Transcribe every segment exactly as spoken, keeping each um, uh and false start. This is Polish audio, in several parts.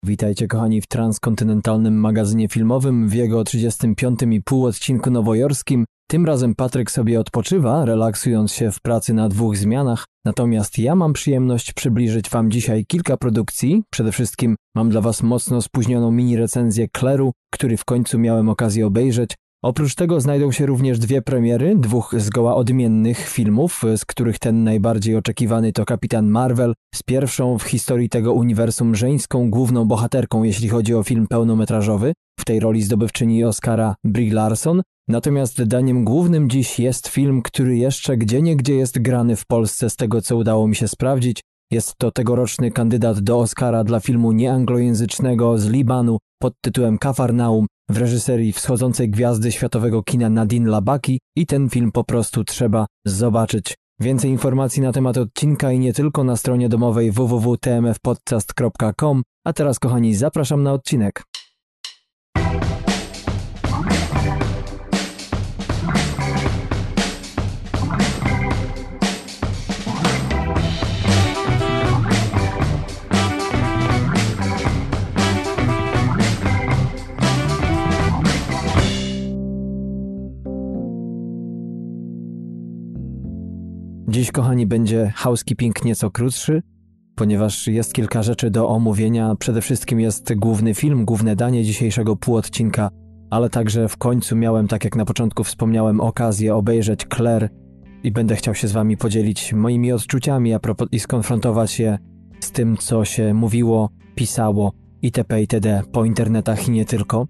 Witajcie kochani w transkontynentalnym magazynie filmowym w jego trzydziestym piątym i pół odcinku nowojorskim. Tym razem Patryk sobie odpoczywa, relaksując się w pracy na dwóch zmianach, natomiast ja mam przyjemność przybliżyć wam dzisiaj kilka produkcji. Przede wszystkim mam dla was mocno spóźnioną mini recenzję Claire'u, który w końcu miałem okazję obejrzeć. Oprócz tego znajdą się również dwie premiery, dwóch zgoła odmiennych filmów, z których ten najbardziej oczekiwany to Kapitan Marvel, z pierwszą w historii tego uniwersum żeńską główną bohaterką, jeśli chodzi o film pełnometrażowy, w tej roli zdobywczyni Oscara Brie Larson. Natomiast daniem głównym dziś jest film, który jeszcze gdzieniegdzie jest grany w Polsce, z tego co udało mi się sprawdzić. Jest to tegoroczny kandydat do Oscara dla filmu nieanglojęzycznego z Libanu pod tytułem Kafarnaum w reżyserii wschodzącej gwiazdy światowego kina Nadine Labaki i ten film po prostu trzeba zobaczyć. Więcej informacji na temat odcinka i nie tylko na stronie domowej w w w kropka t m f podcast kropka com. A teraz kochani, zapraszam na odcinek. Dziś, kochani, będzie housekeeping nieco krótszy, ponieważ jest kilka rzeczy do omówienia. Przede wszystkim jest główny film, główne danie dzisiejszego półodcinka, ale także w końcu miałem, tak jak na początku wspomniałem, okazję obejrzeć Claire i będę chciał się z wami podzielić moimi odczuciami a propos i skonfrontować je z tym, co się mówiło, pisało itp. itd. po internetach i nie tylko.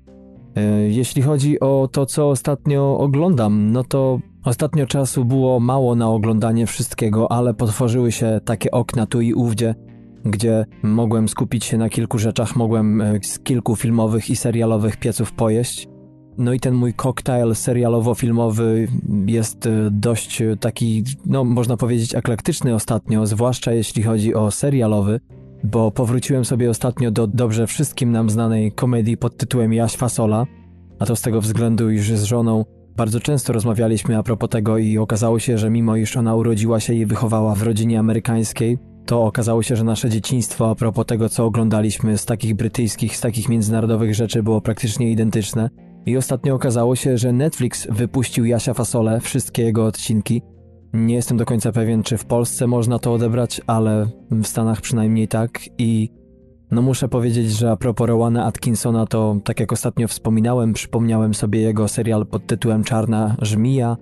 Jeśli chodzi o to, co ostatnio oglądam, no to ostatnio czasu było mało na oglądanie wszystkiego, ale potworzyły się takie okna tu i ówdzie, gdzie mogłem skupić się na kilku rzeczach, mogłem z kilku filmowych i serialowych pieców pojeść. No i ten mój koktajl serialowo-filmowy jest dość taki, no można powiedzieć, eklektyczny ostatnio, zwłaszcza jeśli chodzi o serialowy, bo powróciłem sobie ostatnio do dobrze wszystkim nam znanej komedii pod tytułem Jaś Fasola, a to z tego względu, iż z żoną bardzo często rozmawialiśmy a propos tego i okazało się, że mimo iż ona urodziła się i wychowała w rodzinie amerykańskiej, to okazało się, że nasze dzieciństwo a propos tego, co oglądaliśmy z takich brytyjskich, z takich międzynarodowych rzeczy było praktycznie identyczne. I ostatnio okazało się, że Netflix wypuścił Jasia Fasolę, wszystkie jego odcinki. Nie jestem do końca pewien, czy w Polsce można to odebrać, ale w Stanach przynajmniej tak i no muszę powiedzieć, że a propos Rowena Atkinsona, to tak jak ostatnio wspominałem, przypomniałem sobie jego serial pod tytułem Czarna Żmija.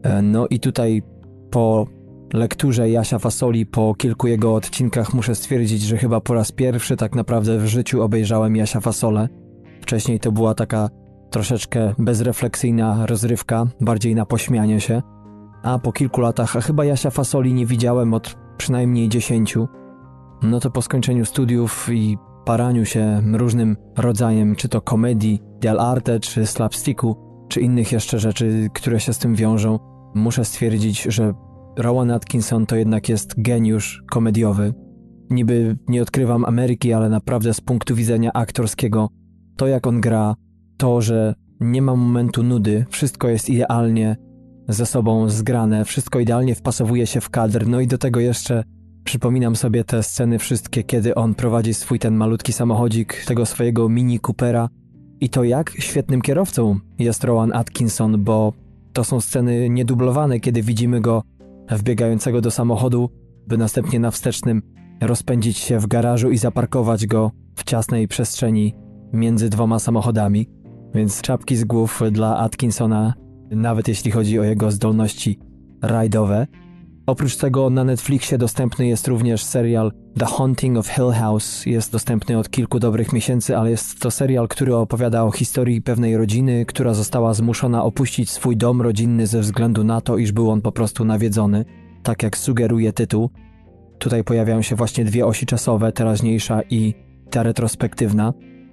No i tutaj po lekturze Jasia Fasoli, po kilku jego odcinkach muszę stwierdzić, że chyba po raz pierwszy tak naprawdę w życiu obejrzałem Jasia Fasolę. Wcześniej to była taka troszeczkę bezrefleksyjna rozrywka, bardziej na pośmianie się. A po kilku latach, a chyba Jasia Fasoli nie widziałem od przynajmniej dziesięciu, no to po skończeniu studiów i paraniu się różnym rodzajem, czy to komedii, dell'arte, czy slapsticku, czy innych jeszcze rzeczy, które się z tym wiążą, muszę stwierdzić, że Rowan Atkinson to jednak jest geniusz komediowy. Niby nie odkrywam Ameryki, ale naprawdę z punktu widzenia aktorskiego, to jak on gra, to, że nie ma momentu nudy, wszystko jest idealnie ze sobą zgrane, wszystko idealnie wpasowuje się w kadr, no i do tego jeszcze przypominam sobie te sceny wszystkie, kiedy on prowadzi swój ten malutki samochodzik, tego swojego Mini Coopera i to jak świetnym kierowcą jest Rowan Atkinson, bo to są sceny niedublowane, kiedy widzimy go wbiegającego do samochodu, by następnie na wstecznym rozpędzić się w garażu i zaparkować go w ciasnej przestrzeni między dwoma samochodami, więc czapki z głów dla Atkinsona, nawet jeśli chodzi o jego zdolności rajdowe. Oprócz tego na Netflixie dostępny jest również serial The Haunting of Hill House. Jest dostępny od kilku dobrych miesięcy, ale jest to serial, który opowiada o historii pewnej rodziny, która została zmuszona opuścić swój dom rodzinny ze względu na to, iż był on po prostu nawiedzony, tak jak sugeruje tytuł. Tutaj pojawiają się właśnie dwie osi czasowe, teraźniejsza i ta retrospektywna.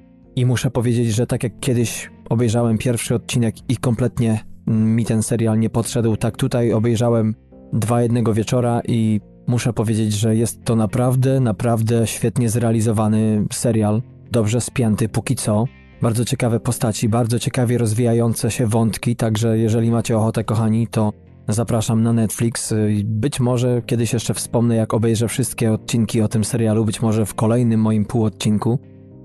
I muszę powiedzieć, że tak jak kiedyś obejrzałem pierwszy odcinek i kompletnie mi ten serial nie podszedł, tak tutaj obejrzałem dwa jednego wieczora i muszę powiedzieć, że jest to naprawdę, naprawdę świetnie zrealizowany serial, dobrze spięty póki co, bardzo ciekawe postaci, bardzo ciekawie rozwijające się wątki, także jeżeli macie ochotę, kochani, to zapraszam na Netflix. Być może kiedyś jeszcze wspomnę, jak obejrzę wszystkie odcinki o tym serialu, być może w kolejnym moim półodcinku.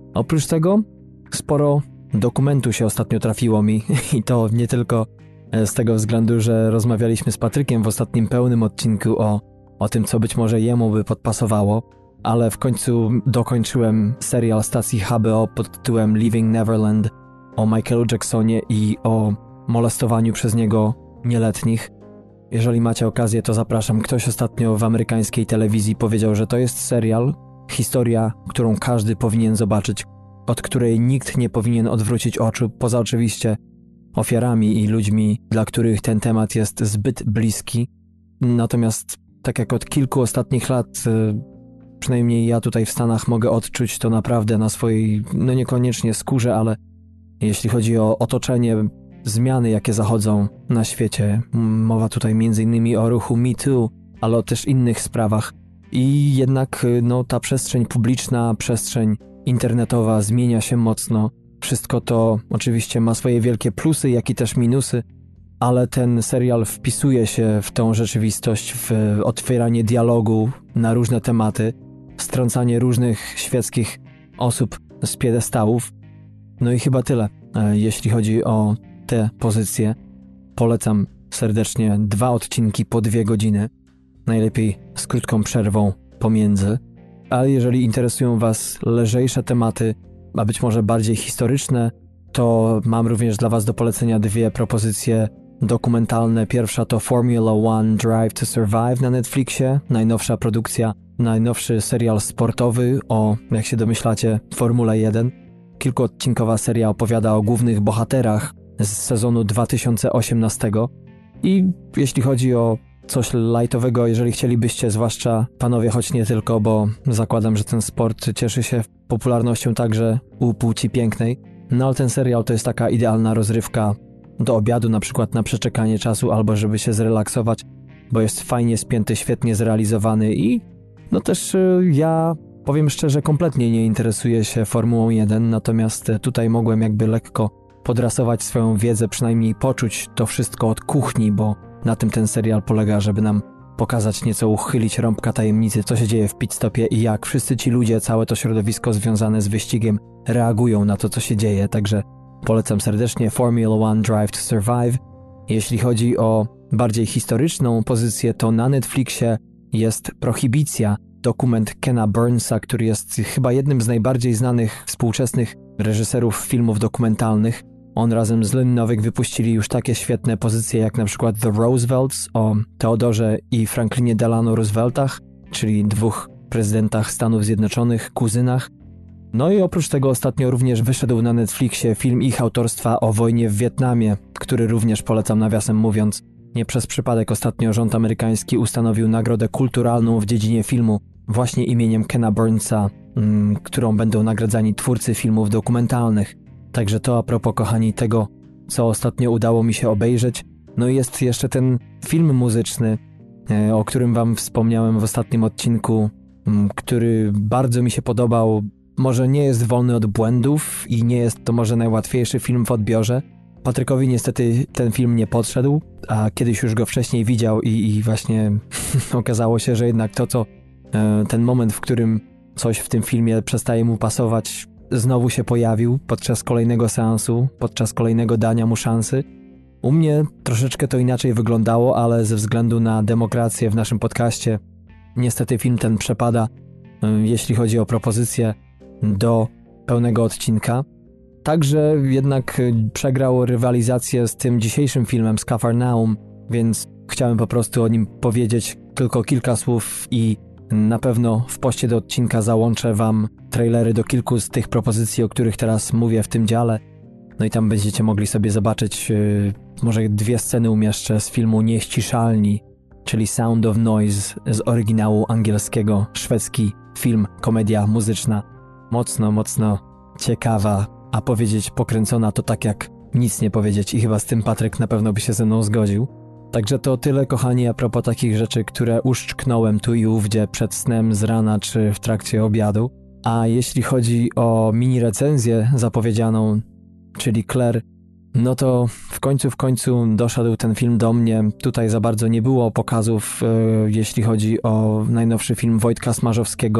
Oprócz tego sporo dokumentu się ostatnio trafiło mi i to nie tylko z tego względu, że rozmawialiśmy z Patrykiem w ostatnim pełnym odcinku o, o tym, co być może jemu by podpasowało, ale w końcu dokończyłem serial stacji H B O pod tytułem Leaving Neverland o Michaelu Jacksonie i o molestowaniu przez niego nieletnich. Jeżeli macie okazję, to zapraszam. Ktoś ostatnio w amerykańskiej telewizji powiedział, że to jest serial, historia, którą każdy powinien zobaczyć, od której nikt nie powinien odwrócić oczu, poza oczywiście ofiarami i ludźmi, dla których ten temat jest zbyt bliski. Natomiast tak jak od kilku ostatnich lat, przynajmniej ja tutaj w Stanach mogę odczuć to naprawdę na swojej, no niekoniecznie skórze, ale jeśli chodzi o otoczenie, zmiany jakie zachodzą na świecie. Mowa tutaj między innymi o ruchu Me Too, ale o też innych sprawach. I jednak no, ta przestrzeń publiczna, przestrzeń internetowa zmienia się mocno. Wszystko to oczywiście ma swoje wielkie plusy, jak i też minusy, ale ten serial wpisuje się w tą rzeczywistość, w otwieranie dialogu na różne tematy, strącanie różnych świeckich osób z piedestałów. No i chyba tyle, jeśli chodzi o te pozycje. Polecam serdecznie dwa odcinki po dwie godziny, najlepiej z krótką przerwą pomiędzy. Ale jeżeli interesują Was lżejsze tematy, a być może bardziej historyczne, to mam również dla Was do polecenia dwie propozycje dokumentalne. Pierwsza to Formula One Drive to Survive na Netflixie, najnowsza produkcja, najnowszy serial sportowy o, jak się domyślacie, Formule jeden. Kilkuodcinkowa seria opowiada o głównych bohaterach z sezonu dwa tysiące osiemnastego i jeśli chodzi o coś lightowego, jeżeli chcielibyście, zwłaszcza panowie, choć nie tylko, bo zakładam, że ten sport cieszy się popularnością także u płci pięknej, no ale ten serial to jest taka idealna rozrywka do obiadu, na przykład na przeczekanie czasu albo żeby się zrelaksować, bo jest fajnie spięty, świetnie zrealizowany i no też ja powiem szczerze, kompletnie nie interesuję się Formułą jeden, natomiast tutaj mogłem jakby lekko podrasować swoją wiedzę, przynajmniej poczuć to wszystko od kuchni, bo na tym ten serial polega, żeby nam pokazać nieco, uchylić rąbka tajemnicy, co się dzieje w pitstopie i jak wszyscy ci ludzie, całe to środowisko związane z wyścigiem reagują na to, co się dzieje. Także polecam serdecznie Formula One Drive to Survive. Jeśli chodzi o bardziej historyczną pozycję, to na Netflixie jest Prohibicja, dokument Kena Burnsa, który jest chyba jednym z najbardziej znanych współczesnych reżyserów filmów dokumentalnych. On razem z Lynn Novick wypuścili już takie świetne pozycje jak na przykład The Roosevelts o Theodorze i Franklinie Delano Rooseveltach, czyli dwóch prezydentach Stanów Zjednoczonych, kuzynach. No i oprócz tego ostatnio również wyszedł na Netflixie film ich autorstwa o wojnie w Wietnamie, który również polecam, nawiasem mówiąc. Nie przez przypadek ostatnio rząd amerykański ustanowił nagrodę kulturalną w dziedzinie filmu właśnie imieniem Kena Burnsa, mm, którą będą nagradzani twórcy filmów dokumentalnych. Także to a propos, kochani, tego, co ostatnio udało mi się obejrzeć. No i jest jeszcze ten film muzyczny, e, o którym wam wspomniałem w ostatnim odcinku, m, który bardzo mi się podobał. Może nie jest wolny od błędów i nie jest to może najłatwiejszy film w odbiorze. Patrykowi niestety ten film nie podszedł, a kiedyś już go wcześniej widział i, i właśnie okazało się, że jednak to, co e, ten moment, w którym coś w tym filmie przestaje mu pasować, znowu się pojawił podczas kolejnego seansu, podczas kolejnego dania mu szansy. U mnie troszeczkę to inaczej wyglądało, ale ze względu na demokrację w naszym podcaście niestety film ten przepada, jeśli chodzi o propozycję do pełnego odcinka. Także jednak przegrał rywalizację z tym dzisiejszym filmem, z Kafarnaum, więc chciałem po prostu o nim powiedzieć tylko kilka słów i na pewno w poście do odcinka załączę wam trailery do kilku z tych propozycji, o których teraz mówię w tym dziale. No i tam będziecie mogli sobie zobaczyć, yy, może dwie sceny umieszczę z filmu Nieściszalni, czyli Sound of Noise z oryginału angielskiego, szwedzki film, komedia muzyczna. Mocno, mocno ciekawa, a powiedzieć pokręcona to tak jak nic nie powiedzieć i chyba z tym Patryk na pewno by się ze mną zgodził. Także to tyle, kochani, a propos takich rzeczy, które uszczknąłem tu i ówdzie przed snem, z rana czy w trakcie obiadu. A jeśli chodzi o mini recenzję zapowiedzianą, czyli Claire, no to w końcu, w końcu doszedł ten film do mnie. Tutaj za bardzo nie było pokazów, yy, jeśli chodzi o najnowszy film Wojtka Smarzowskiego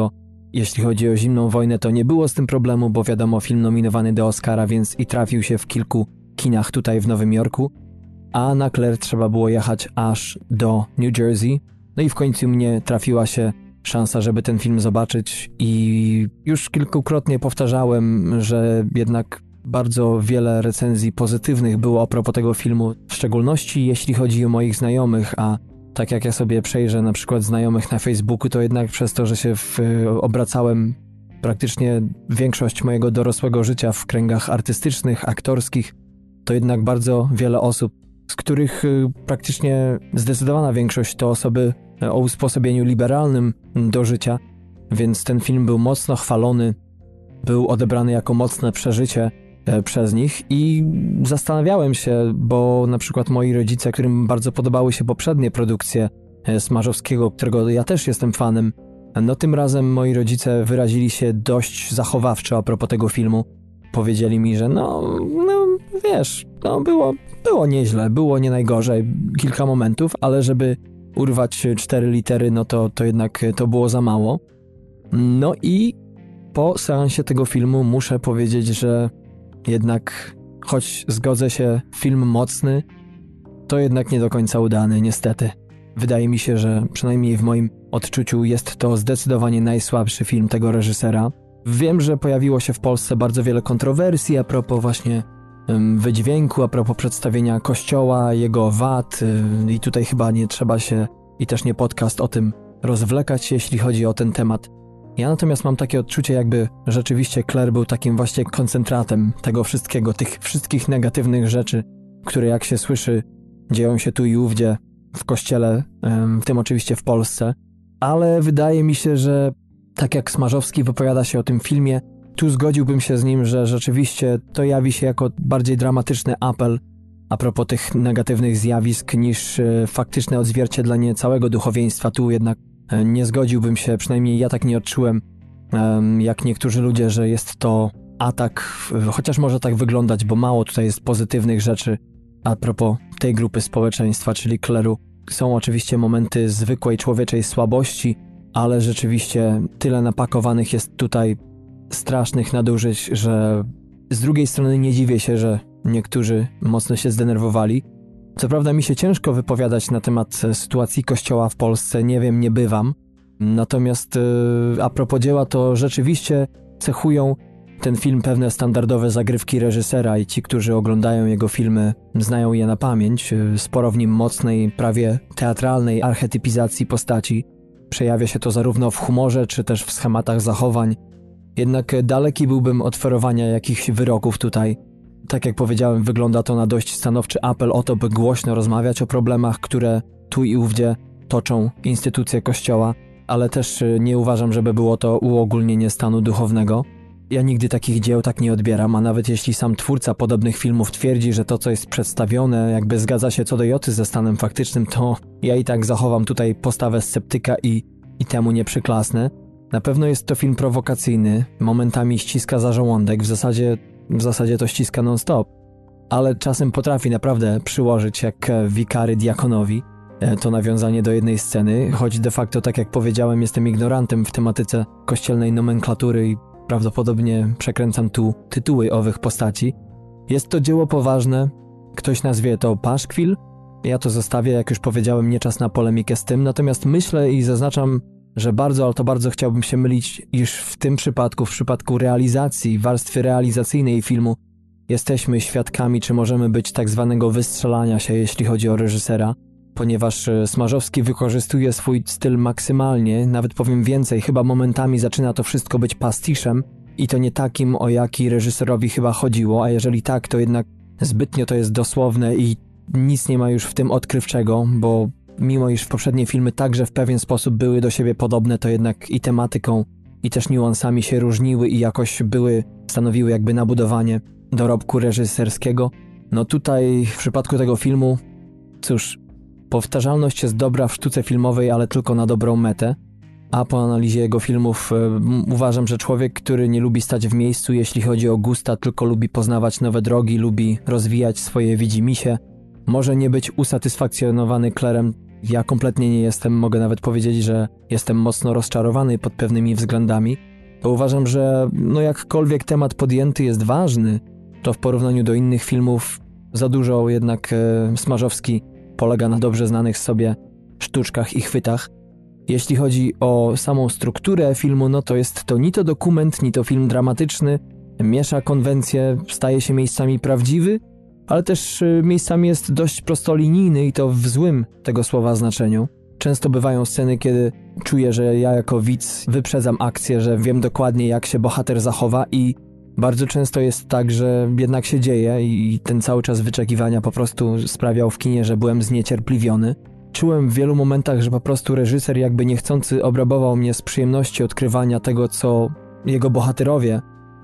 Jeśli chodzi o Zimną wojnę, to nie było z tym problemu, bo wiadomo, film nominowany do Oscara, więc i trafił się w kilku kinach tutaj w Nowym Jorku, a na Claire trzeba było jechać aż do New Jersey. No i w końcu mnie trafiła się szansa, żeby ten film zobaczyć i już kilkukrotnie powtarzałem, że jednak bardzo wiele recenzji pozytywnych było a propos tego filmu, w szczególności jeśli chodzi o moich znajomych, a tak jak ja sobie przejrzę na przykład znajomych na Facebooku, to jednak przez to, że się w, obracałem praktycznie większość mojego dorosłego życia w kręgach artystycznych, aktorskich, to jednak bardzo wiele osób, z których praktycznie zdecydowana większość to osoby o usposobieniu liberalnym do życia, więc ten film był mocno chwalony, był odebrany jako mocne przeżycie przez nich i zastanawiałem się, bo na przykład moi rodzice, którym bardzo podobały się poprzednie produkcje Smarzowskiego, którego ja też jestem fanem, no tym razem moi rodzice wyrazili się dość zachowawczo a propos tego filmu. Powiedzieli mi, że no, no wiesz, no było, było nieźle, było nie najgorzej, kilka momentów, ale żeby urwać cztery litery, no to, to jednak to było za mało. No i po seansie tego filmu muszę powiedzieć, że jednak, choć zgodzę się, film mocny, to jednak nie do końca udany, niestety. Wydaje mi się, że przynajmniej w moim odczuciu jest to zdecydowanie najsłabszy film tego reżysera. Wiem, że pojawiło się w Polsce bardzo wiele kontrowersji a propos właśnie um, wydźwięku, a propos przedstawienia Kościoła, jego wad yy, i tutaj chyba nie trzeba się i też nie podcast o tym rozwlekać, jeśli chodzi o ten temat. Ja natomiast mam takie odczucie, jakby rzeczywiście Claire był takim właśnie koncentratem tego wszystkiego, tych wszystkich negatywnych rzeczy, które jak się słyszy dzieją się tu i ówdzie w kościele, w tym oczywiście w Polsce, ale wydaje mi się, że tak jak Smarzowski wypowiada się o tym filmie, tu zgodziłbym się z nim, że rzeczywiście to jawi się jako bardziej dramatyczny apel a propos tych negatywnych zjawisk niż faktyczne odzwierciedlenie całego duchowieństwa. Tu jednak nie zgodziłbym się, przynajmniej ja tak nie odczułem, jak niektórzy ludzie, że jest to atak, chociaż może tak wyglądać, bo mało tutaj jest pozytywnych rzeczy a propos tej grupy społeczeństwa, czyli kleru. Są oczywiście momenty zwykłej człowieczej słabości, ale rzeczywiście tyle napakowanych jest tutaj strasznych nadużyć, że z drugiej strony nie dziwię się, że niektórzy mocno się zdenerwowali. Co prawda mi się ciężko wypowiadać na temat sytuacji Kościoła w Polsce, nie wiem, nie bywam. Natomiast yy, a propos dzieła, to rzeczywiście cechują ten film pewne standardowe zagrywki reżysera i ci, którzy oglądają jego filmy, znają je na pamięć. Sporo w nim mocnej, prawie teatralnej archetypizacji postaci. Przejawia się to zarówno w humorze, czy też w schematach zachowań. Jednak daleki byłbym od ferowania jakichś wyroków tutaj. Tak jak powiedziałem, wygląda to na dość stanowczy apel o to, by głośno rozmawiać o problemach, które tu i ówdzie toczą instytucje Kościoła, ale też nie uważam, żeby było to uogólnienie stanu duchownego. Ja nigdy takich dzieł tak nie odbieram, a nawet jeśli sam twórca podobnych filmów twierdzi, że to, co jest przedstawione, jakby zgadza się co do joty ze stanem faktycznym, to ja i tak zachowam tutaj postawę sceptyka i, i temu nie przyklasnę. Na pewno jest to film prowokacyjny, momentami ściska za żołądek, w zasadzie, w zasadzie to ściska non-stop, ale czasem potrafi naprawdę przyłożyć jak wikary diakonowi to nawiązanie do jednej sceny, choć de facto, tak jak powiedziałem, jestem ignorantem w tematyce kościelnej nomenklatury i prawdopodobnie przekręcam tu tytuły owych postaci. Jest to dzieło poważne, ktoś nazwie to paszkwil, ja to zostawię, jak już powiedziałem, nie czas na polemikę z tym, natomiast myślę i zaznaczam, że bardzo, ale to bardzo chciałbym się mylić, iż w tym przypadku, w przypadku realizacji, warstwy realizacyjnej filmu, jesteśmy świadkami, czy możemy być tak zwanego wystrzelania się, jeśli chodzi o reżysera, ponieważ Smarzowski wykorzystuje swój styl maksymalnie, nawet powiem więcej, chyba momentami zaczyna to wszystko być pastiszem i to nie takim, o jaki reżyserowi chyba chodziło, a jeżeli tak, to jednak zbytnio to jest dosłowne i nic nie ma już w tym odkrywczego, bo mimo iż poprzednie filmy także w pewien sposób były do siebie podobne, to jednak i tematyką, i też niuansami się różniły i jakoś były, stanowiły jakby nabudowanie dorobku reżyserskiego. No tutaj w przypadku tego filmu, cóż, powtarzalność jest dobra w sztuce filmowej, ale tylko na dobrą metę, a po analizie jego filmów y, uważam, że człowiek, który nie lubi stać w miejscu, jeśli chodzi o gusta, tylko lubi poznawać nowe drogi, lubi rozwijać swoje widzimisię, może nie być usatysfakcjonowany Clarem Ja kompletnie nie jestem, mogę nawet powiedzieć, że jestem mocno rozczarowany pod pewnymi względami, to uważam, że no jakkolwiek temat podjęty jest ważny, to w porównaniu do innych filmów za dużo jednak e, Smarzowski polega na dobrze znanych sobie sztuczkach i chwytach. Jeśli chodzi o samą strukturę filmu, no to jest to ni to dokument, ni to film dramatyczny, miesza konwencje, staje się miejscami prawdziwy, ale też e, miejscami jest dość prostolinijny i to w złym tego słowa znaczeniu. Często bywają sceny, kiedy czuję, że ja jako widz wyprzedzam akcję, że wiem dokładnie, jak się bohater zachowa i bardzo często jest tak, że jednak się dzieje i ten cały czas wyczekiwania po prostu sprawiał w kinie, że byłem zniecierpliwiony. Czułem w wielu momentach, że po prostu reżyser jakby niechcący obrabował mnie z przyjemności odkrywania tego, co jego bohaterowie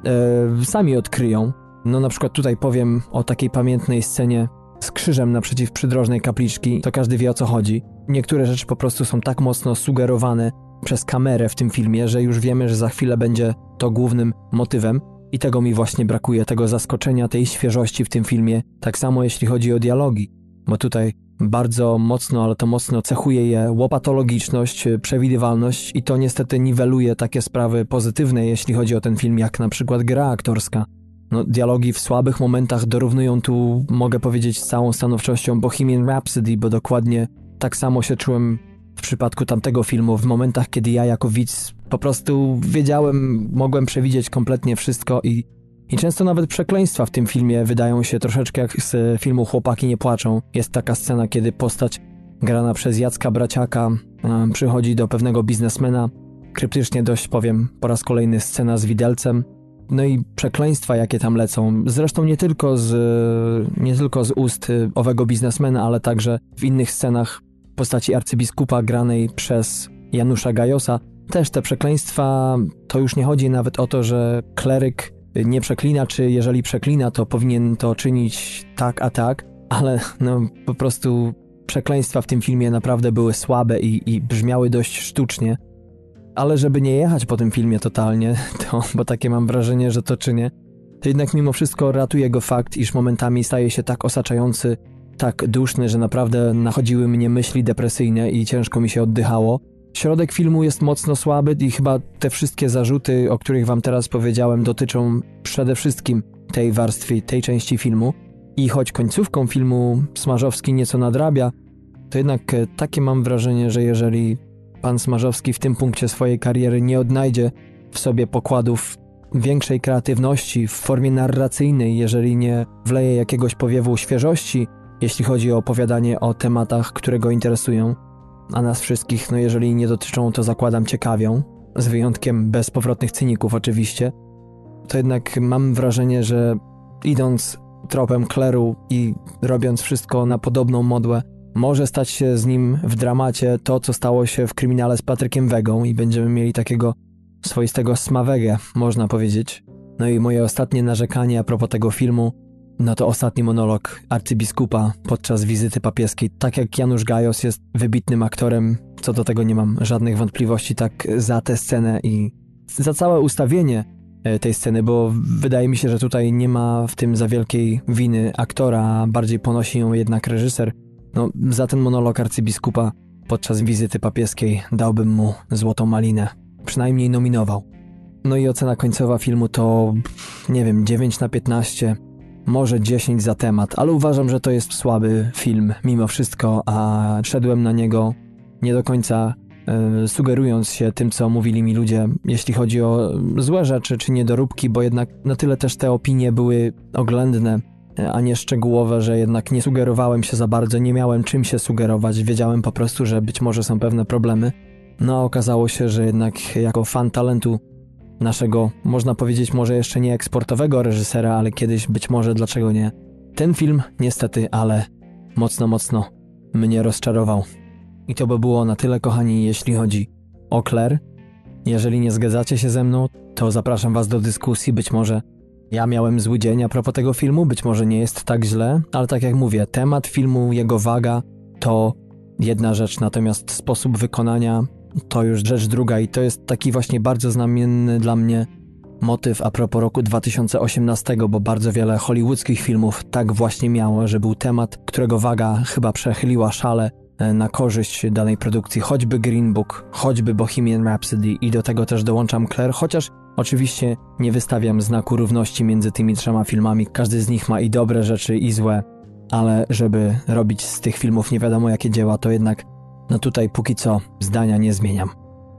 e, sami odkryją. No na przykład tutaj powiem o takiej pamiętnej scenie z krzyżem naprzeciw przydrożnej kapliczki, to każdy wie, o co chodzi. Niektóre rzeczy po prostu są tak mocno sugerowane przez kamerę w tym filmie, że już wiemy, że za chwilę będzie to głównym motywem i tego mi właśnie brakuje, tego zaskoczenia, tej świeżości w tym filmie. Tak samo jeśli chodzi o dialogi, bo tutaj bardzo mocno, ale to mocno cechuje je łopatologiczność, przewidywalność i to niestety niweluje takie sprawy pozytywne, jeśli chodzi o ten film, jak na przykład gra aktorska. No, dialogi w słabych momentach dorównują tu, mogę powiedzieć z całą stanowczością, Bohemian Rhapsody, bo dokładnie tak samo się czułem w przypadku tamtego filmu, w momentach, kiedy ja jako widz po prostu wiedziałem, mogłem przewidzieć kompletnie wszystko i, i często nawet przekleństwa w tym filmie wydają się troszeczkę jak z filmu Chłopaki nie płaczą. Jest taka scena, kiedy postać grana przez Jacka Braciaka e, przychodzi do pewnego biznesmena, kryptycznie dość powiem, po raz kolejny scena z widelcem. No i przekleństwa, jakie tam lecą, zresztą nie tylko z, nie tylko z ust owego biznesmena, ale także w innych scenach w postaci arcybiskupa granej przez Janusza Gajosa. Też te przekleństwa, to już nie chodzi nawet o to, że kleryk nie przeklina, czy jeżeli przeklina, to powinien to czynić tak, a tak, ale no po prostu przekleństwa w tym filmie naprawdę były słabe i, i brzmiały dość sztucznie. Ale żeby nie jechać po tym filmie totalnie, to, bo takie mam wrażenie, że to czynię, to jednak mimo wszystko ratuje go fakt, iż momentami staje się tak osaczający, tak duszny, że naprawdę nachodziły mnie myśli depresyjne i ciężko mi się oddychało. Środek filmu jest mocno słaby i chyba te wszystkie zarzuty, o których wam teraz powiedziałem, dotyczą przede wszystkim tej warstwy, tej części filmu. I choć końcówką filmu Smarzowski nieco nadrabia, to jednak takie mam wrażenie, że jeżeli pan Smarzowski w tym punkcie swojej kariery nie odnajdzie w sobie pokładów większej kreatywności w formie narracyjnej, jeżeli nie wleje jakiegoś powiewu świeżości, jeśli chodzi o opowiadanie o tematach, które go interesują, a nas wszystkich, no jeżeli nie dotyczą, to zakładam ciekawią, z wyjątkiem bezpowrotnych cyników oczywiście, to jednak mam wrażenie, że idąc tropem kleru i robiąc wszystko na podobną modłę, może stać się z nim w dramacie to, co stało się w Kryminale z Patrykiem Wegą i będziemy mieli takiego swoistego smawegę, można powiedzieć. No i moje ostatnie narzekanie a propos tego filmu, no to ostatni monolog arcybiskupa podczas wizyty papieskiej. Tak jak Janusz Gajos jest wybitnym aktorem, co do tego nie mam żadnych wątpliwości, tak za tę scenę i za całe ustawienie tej sceny, bo wydaje mi się, że tutaj nie ma w tym za wielkiej winy aktora, a bardziej ponosi ją jednak reżyser. No, za ten monolog arcybiskupa podczas wizyty papieskiej dałbym mu złotą malinę. Przynajmniej nominował. No i ocena końcowa filmu to, nie wiem, dziewięć na piętnaście, może dziesięć za temat, ale uważam, że to jest słaby film mimo wszystko, a szedłem na niego nie do końca e, sugerując się tym, co mówili mi ludzie, jeśli chodzi o złe rzeczy czy niedoróbki, bo jednak na tyle też te opinie były oględne, a nie szczegółowe, że jednak nie sugerowałem się za bardzo, nie miałem czym się sugerować, wiedziałem po prostu, że być może są pewne problemy. No a okazało się, że jednak jako fan talentu naszego, można powiedzieć może jeszcze nie eksportowego reżysera, ale kiedyś być może, dlaczego nie, ten film niestety, ale mocno, mocno mnie rozczarował. I to by było na tyle, kochani, jeśli chodzi o Claire. Jeżeli nie zgadzacie się ze mną, to zapraszam was do dyskusji, być może ja miałem zły dzień a propos tego filmu, być może nie jest tak źle, ale tak jak mówię, temat filmu, jego waga to jedna rzecz, natomiast sposób wykonania to już rzecz druga i to jest taki właśnie bardzo znamienny dla mnie motyw a propos roku dwa tysiące osiemnastego, bo bardzo wiele hollywoodzkich filmów tak właśnie miało, że był temat, którego waga chyba przechyliła szale na korzyść danej produkcji, choćby Green Book, choćby Bohemian Rhapsody i do tego też dołączam Claire, chociaż oczywiście nie wystawiam znaku równości między tymi trzema filmami, każdy z nich ma i dobre rzeczy i złe, ale żeby robić z tych filmów nie wiadomo jakie dzieła, to jednak no tutaj póki co zdania nie zmieniam.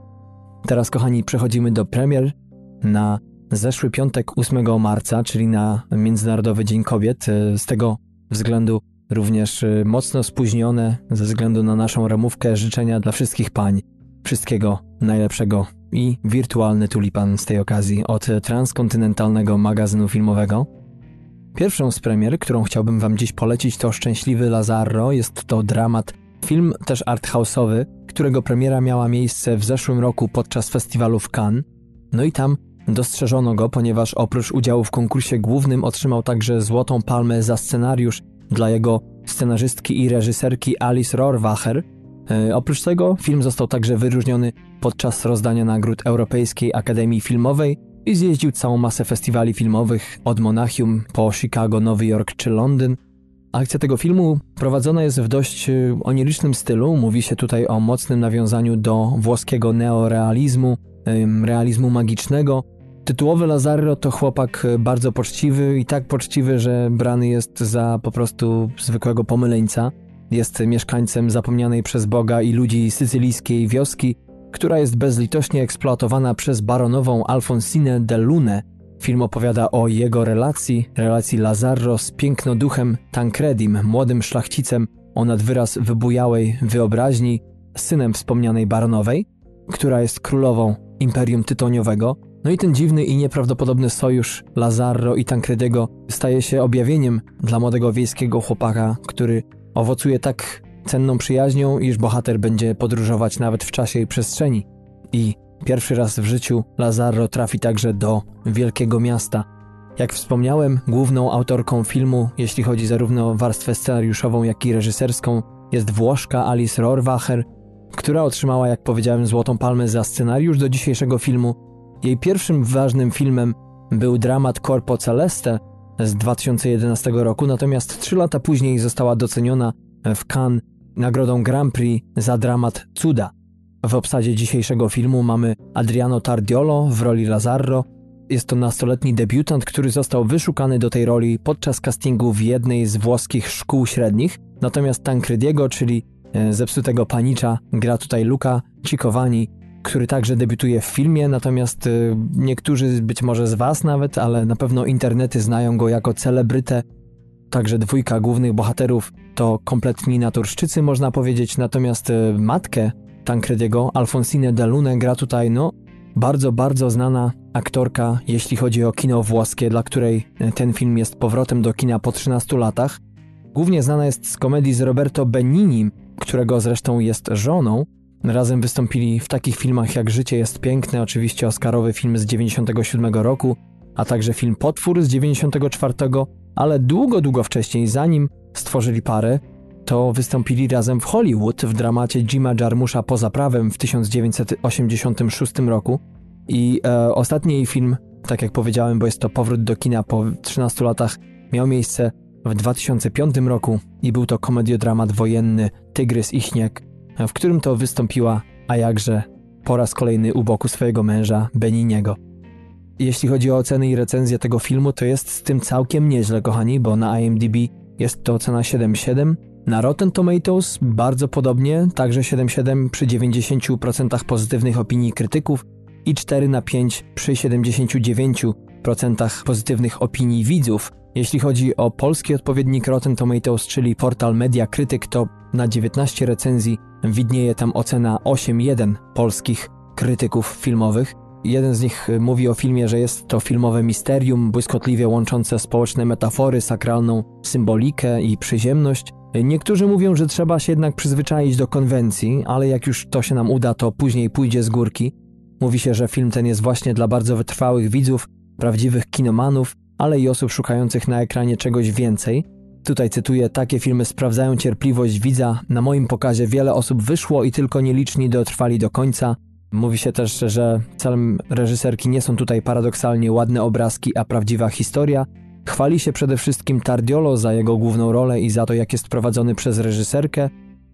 Teraz kochani przechodzimy do premier. Na zeszły piątek ósmego marca, czyli na Międzynarodowy Dzień Kobiet, z tego względu również mocno spóźnione ze względu na naszą ramówkę życzenia dla wszystkich pań. Wszystkiego najlepszego i wirtualny tulipan z tej okazji od transkontynentalnego magazynu filmowego. Pierwszą z premier, którą chciałbym wam dziś polecić, to Szczęśliwy Lazarro. Jest to dramat, film też arthouse'owy, którego premiera miała miejsce w zeszłym roku podczas festiwalu w Cannes. No i tam dostrzeżono go, ponieważ oprócz udziału w konkursie głównym otrzymał także Złotą Palmę za scenariusz dla jego scenarzystki i reżyserki Alice Rohrwacher. E, oprócz tego film został także wyróżniony podczas rozdania nagród Europejskiej Akademii Filmowej i zjeździł całą masę festiwali filmowych od Monachium po Chicago, Nowy Jork czy Londyn. Akcja tego filmu prowadzona jest w dość onirycznym stylu. Mówi się tutaj o mocnym nawiązaniu do włoskiego neorealizmu, realizmu magicznego. Tytułowy Lazarro to chłopak bardzo poczciwy i tak poczciwy, że brany jest za po prostu zwykłego pomyleńca. Jest mieszkańcem zapomnianej przez Boga i ludzi sycylijskiej wioski, która jest bezlitośnie eksploatowana przez baronową Alfonsinę de Lune. Film opowiada o jego relacji, relacji Lazarro z pięknoduchem Tancredim, młodym szlachcicem o nadwyraz wybujałej wyobraźni, synem wspomnianej baronowej, która jest królową Imperium Tytoniowego. No i ten dziwny i nieprawdopodobny sojusz Lazarro i Tancrediego staje się objawieniem dla młodego wiejskiego chłopaka, który owocuje tak cenną przyjaźnią, iż bohater będzie podróżować nawet w czasie i przestrzeni. I pierwszy raz w życiu Lazarro trafi także do wielkiego miasta. Jak wspomniałem, główną autorką filmu, jeśli chodzi zarówno o warstwę scenariuszową, jak i reżyserską, jest Włoszka Alice Rohrwacher, która otrzymała, jak powiedziałem, Złotą Palmę za scenariusz do dzisiejszego filmu. Jej pierwszym ważnym filmem był dramat Corpo Celeste z dwa tysiące jedenastego roku, natomiast trzy lata później została doceniona w Cannes nagrodą Grand Prix za dramat Cuda. W obsadzie dzisiejszego filmu mamy Adriano Tardiolo w roli Lazarro. Jest to nastoletni debiutant, który został wyszukany do tej roli podczas castingu w jednej z włoskich szkół średnich. Natomiast Tancrediego, czyli zepsutego panicza, gra tutaj Luca Ciccovani, który także debiutuje w filmie, natomiast niektórzy być może z was nawet, ale na pewno internety znają go jako celebrytę. Także dwójka głównych bohaterów to kompletni naturszczycy, można powiedzieć, natomiast matkę Tancrediego, Alfonsinę de Lune, gra tutaj no bardzo, bardzo znana aktorka, jeśli chodzi o kino włoskie, dla której ten film jest powrotem do kina po trzynastu latach. Głównie znana jest z komedii z Roberto Beninim, którego zresztą jest żoną. Razem wystąpili w takich filmach jak Życie jest piękne, oczywiście oscarowy film z dziewięćdziesiątego siódmego roku, a także film Potwór z dziewięćdziesiątego czwartego, ale długo, długo wcześniej, zanim stworzyli parę, to wystąpili razem w Hollywood w dramacie Jima Jarmusza Poza prawem w tysiąc dziewięćset osiemdziesiątym szóstym roku. I e, ostatni jej film, tak jak powiedziałem, bo jest to powrót do kina po trzynastu latach, miał miejsce w dwa tysiące piątym roku i był to komediodramat wojenny Tygrys i Śnieg, w którym to wystąpiła, a jakże po raz kolejny u boku swojego męża Beniniego. Jeśli chodzi o oceny i recenzję tego filmu, to jest z tym całkiem nieźle, kochani, bo na I M D B jest to ocena siedem siedem, na Rotten Tomatoes bardzo podobnie, także siedem siedem przy dziewięćdziesięciu procentach pozytywnych opinii krytyków i cztery na pięć przy siedemdziesięciu dziewięciu procentach pozytywnych opinii widzów. Jeśli chodzi o polski odpowiednik Rotten Tomatoes, czyli portal Mediakrytyk, to na dziewiętnaście recenzji widnieje tam ocena osiem jeden polskich krytyków filmowych. Jeden z nich mówi o filmie, że jest to filmowe misterium, błyskotliwie łączące społeczne metafory, sakralną symbolikę i przyziemność. Niektórzy mówią, że trzeba się jednak przyzwyczaić do konwencji, ale jak już to się nam uda, to później pójdzie z górki. Mówi się, że film ten jest właśnie dla bardzo wytrwałych widzów, prawdziwych kinomanów, ale i osób szukających na ekranie czegoś więcej. Tutaj cytuję, takie filmy sprawdzają cierpliwość widza. Na moim pokazie wiele osób wyszło i tylko nieliczni dotrwali do końca. Mówi się też, że celem reżyserki nie są tutaj paradoksalnie ładne obrazki, a prawdziwa historia. Chwali się przede wszystkim Tardiolo za jego główną rolę i za to, jak jest prowadzony przez reżyserkę.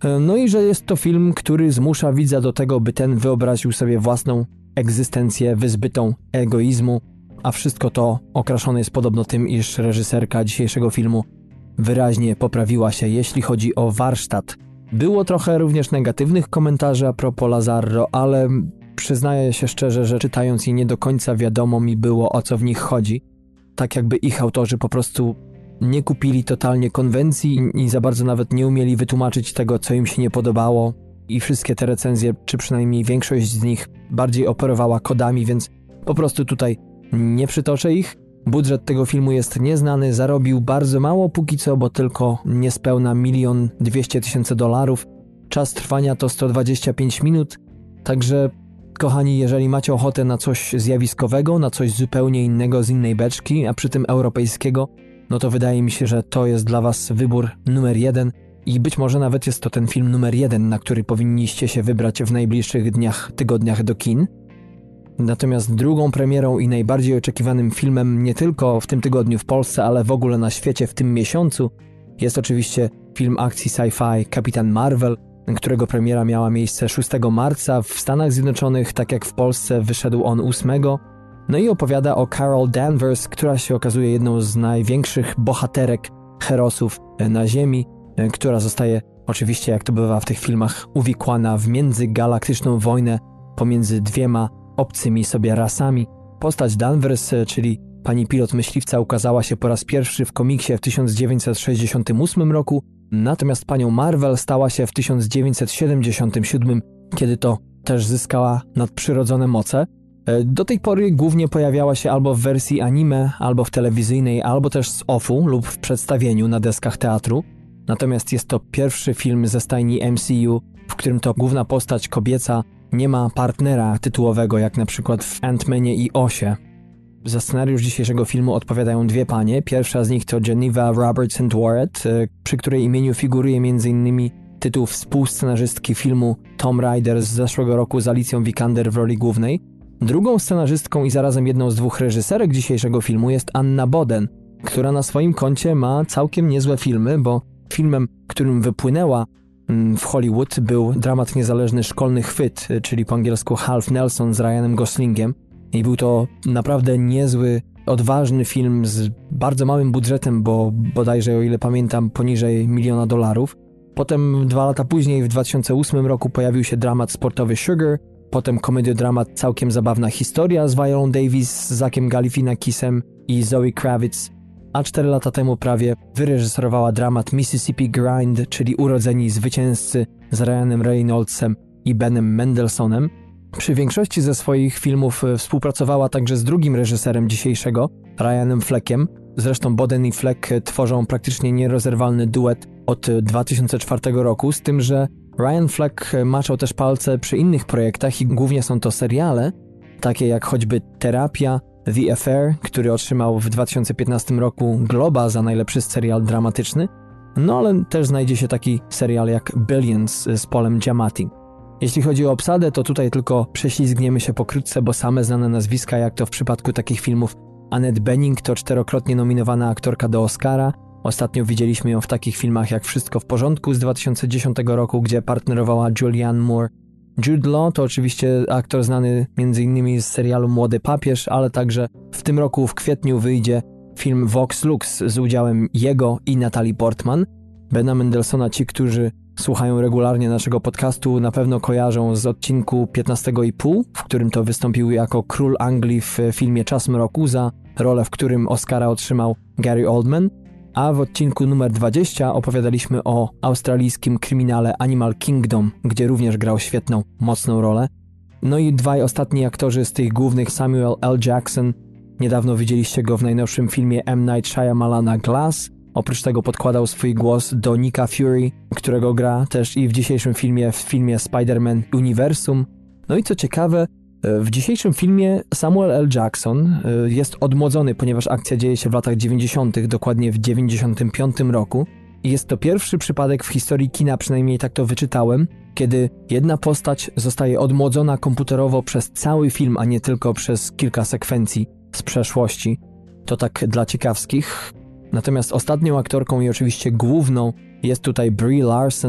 No i że jest to film, który zmusza widza do tego, by ten wyobraził sobie własną egzystencję wyzbytą egoizmu, a wszystko to okraszone jest podobno tym, iż reżyserka dzisiejszego filmu wyraźnie poprawiła się, jeśli chodzi o warsztat. Było trochę również negatywnych komentarzy a propos Lazzaro, ale przyznaję się szczerze, że czytając je nie do końca wiadomo mi było, o co w nich chodzi. Tak jakby ich autorzy po prostu nie kupili totalnie konwencji i za bardzo nawet nie umieli wytłumaczyć tego, co im się nie podobało. I wszystkie te recenzje, czy przynajmniej większość z nich, bardziej operowała kodami, więc po prostu tutaj nie przytoczę ich. Budżet tego filmu jest nieznany, zarobił bardzo mało póki co, bo tylko niespełna milion dwieście tysięcy dolarów. Czas trwania to sto dwadzieścia pięć minut, także kochani, jeżeli macie ochotę na coś zjawiskowego, na coś zupełnie innego z innej beczki, a przy tym europejskiego, no to wydaje mi się, że to jest dla was wybór numer jeden i być może nawet jest to ten film numer jeden, na który powinniście się wybrać w najbliższych dniach, tygodniach do kin. Natomiast drugą premierą i najbardziej oczekiwanym filmem nie tylko w tym tygodniu w Polsce, ale w ogóle na świecie w tym miesiącu jest oczywiście film akcji sci-fi Kapitan Marvel, którego premiera miała miejsce szóstego marca w Stanach Zjednoczonych, tak jak w Polsce wyszedł on ósmego. No i opowiada o Carol Danvers, która się okazuje jedną z największych bohaterek, herosów na Ziemi, która zostaje oczywiście, jak to bywa w tych filmach, uwikłana w międzygalaktyczną wojnę pomiędzy dwiema obcymi sobie rasami. Postać Danvers, czyli pani pilot myśliwca, ukazała się po raz pierwszy w komiksie w tysiąc dziewięćset sześćdziesiątym ósmym roku, natomiast panią Marvel stała się w tysiąc dziewięćset siedemdziesiątym siódmym, kiedy to też zyskała nadprzyrodzone moce. Do tej pory głównie pojawiała się albo w wersji anime, albo w telewizyjnej, albo też z offu lub w przedstawieniu na deskach teatru. Natomiast jest to pierwszy film ze stajni M C U, w którym to główna postać kobieca nie ma partnera tytułowego, jak na przykład w Ant-Manie i Osie. Za scenariusz dzisiejszego filmu odpowiadają dwie panie. Pierwsza z nich to Geneva Robertson-Dworet, przy której imieniu figuruje m.in. tytuł współscenarzystki filmu Tomb Raider z zeszłego roku z Alicją Vikander w roli głównej. Drugą scenarzystką i zarazem jedną z dwóch reżyserek dzisiejszego filmu jest Anna Boden, która na swoim koncie ma całkiem niezłe filmy, bo filmem, którym wypłynęła w Hollywood, był dramat niezależny Szkolny Chwyt, czyli po angielsku Half Nelson z Ryanem Goslingiem. I był to naprawdę niezły, odważny film z bardzo małym budżetem, bo bodajże, o ile pamiętam, poniżej miliona dolarów. Potem dwa lata później, w dwa tysiące ósmym roku, pojawił się dramat sportowy Sugar, potem komediodramat Całkiem zabawna historia z Violą Davis, z Zackiem Galifianakisem i Zoe Kravitz, a cztery lata temu prawie wyreżyserowała dramat Mississippi Grind, czyli Urodzeni zwycięzcy z Ryanem Reynoldsem i Benem Mendelsohnem. Przy większości ze swoich filmów współpracowała także z drugim reżyserem dzisiejszego, Ryanem Fleckiem. Zresztą Boden i Fleck tworzą praktycznie nierozerwalny duet od dwa tysiące czwartego roku, z tym, że Ryan Fleck maczał też palce przy innych projektach i głównie są to seriale, takie jak choćby Terapia, The Affair, który otrzymał w dwa tysiące piętnastym roku Globa za najlepszy serial dramatyczny, no ale też znajdzie się taki serial jak Billions z Paulem Giamatti. Jeśli chodzi o obsadę, to tutaj tylko prześlizgniemy się pokrótce, bo same znane nazwiska, jak to w przypadku takich filmów, Annette Bening to czterokrotnie nominowana aktorka do Oscara. Ostatnio widzieliśmy ją w takich filmach jak Wszystko w porządku z dwa tysiące dziesiątego roku, gdzie partnerowała Julianne Moore. Jude Law to oczywiście aktor znany m.in. z serialu Młody papież, ale także w tym roku w kwietniu wyjdzie film Vox Lux z udziałem jego i Natalie Portman. Bena Mendelssohna ci, którzy słuchają regularnie naszego podcastu, na pewno kojarzą z odcinku piętnastego i pół, w którym to wystąpił jako król Anglii w filmie Czas mroku, za rolę, w którym Oscara otrzymał Gary Oldman, a w odcinku numer dwadzieścia opowiadaliśmy o australijskim kryminale Animal Kingdom, gdzie również grał świetną, mocną rolę. No i dwaj ostatni aktorzy z tych głównych, Samuel L. Jackson, niedawno widzieliście go w najnowszym filmie M. Night Shyamalana Glass. Oprócz tego podkładał swój głos do Nicka Fury, którego gra też i w dzisiejszym filmie, w filmie Spider-Man Uniwersum. No i co ciekawe, w dzisiejszym filmie Samuel L. Jackson jest odmłodzony, ponieważ akcja dzieje się w latach dziewięćdziesiątych, dokładnie w dziewięćdziesiątym piątym roku. I jest to pierwszy przypadek w historii kina, przynajmniej tak to wyczytałem, kiedy jedna postać zostaje odmłodzona komputerowo przez cały film, a nie tylko przez kilka sekwencji z przeszłości. To tak dla ciekawskich. Natomiast ostatnią aktorką i oczywiście główną jest tutaj Brie Larson,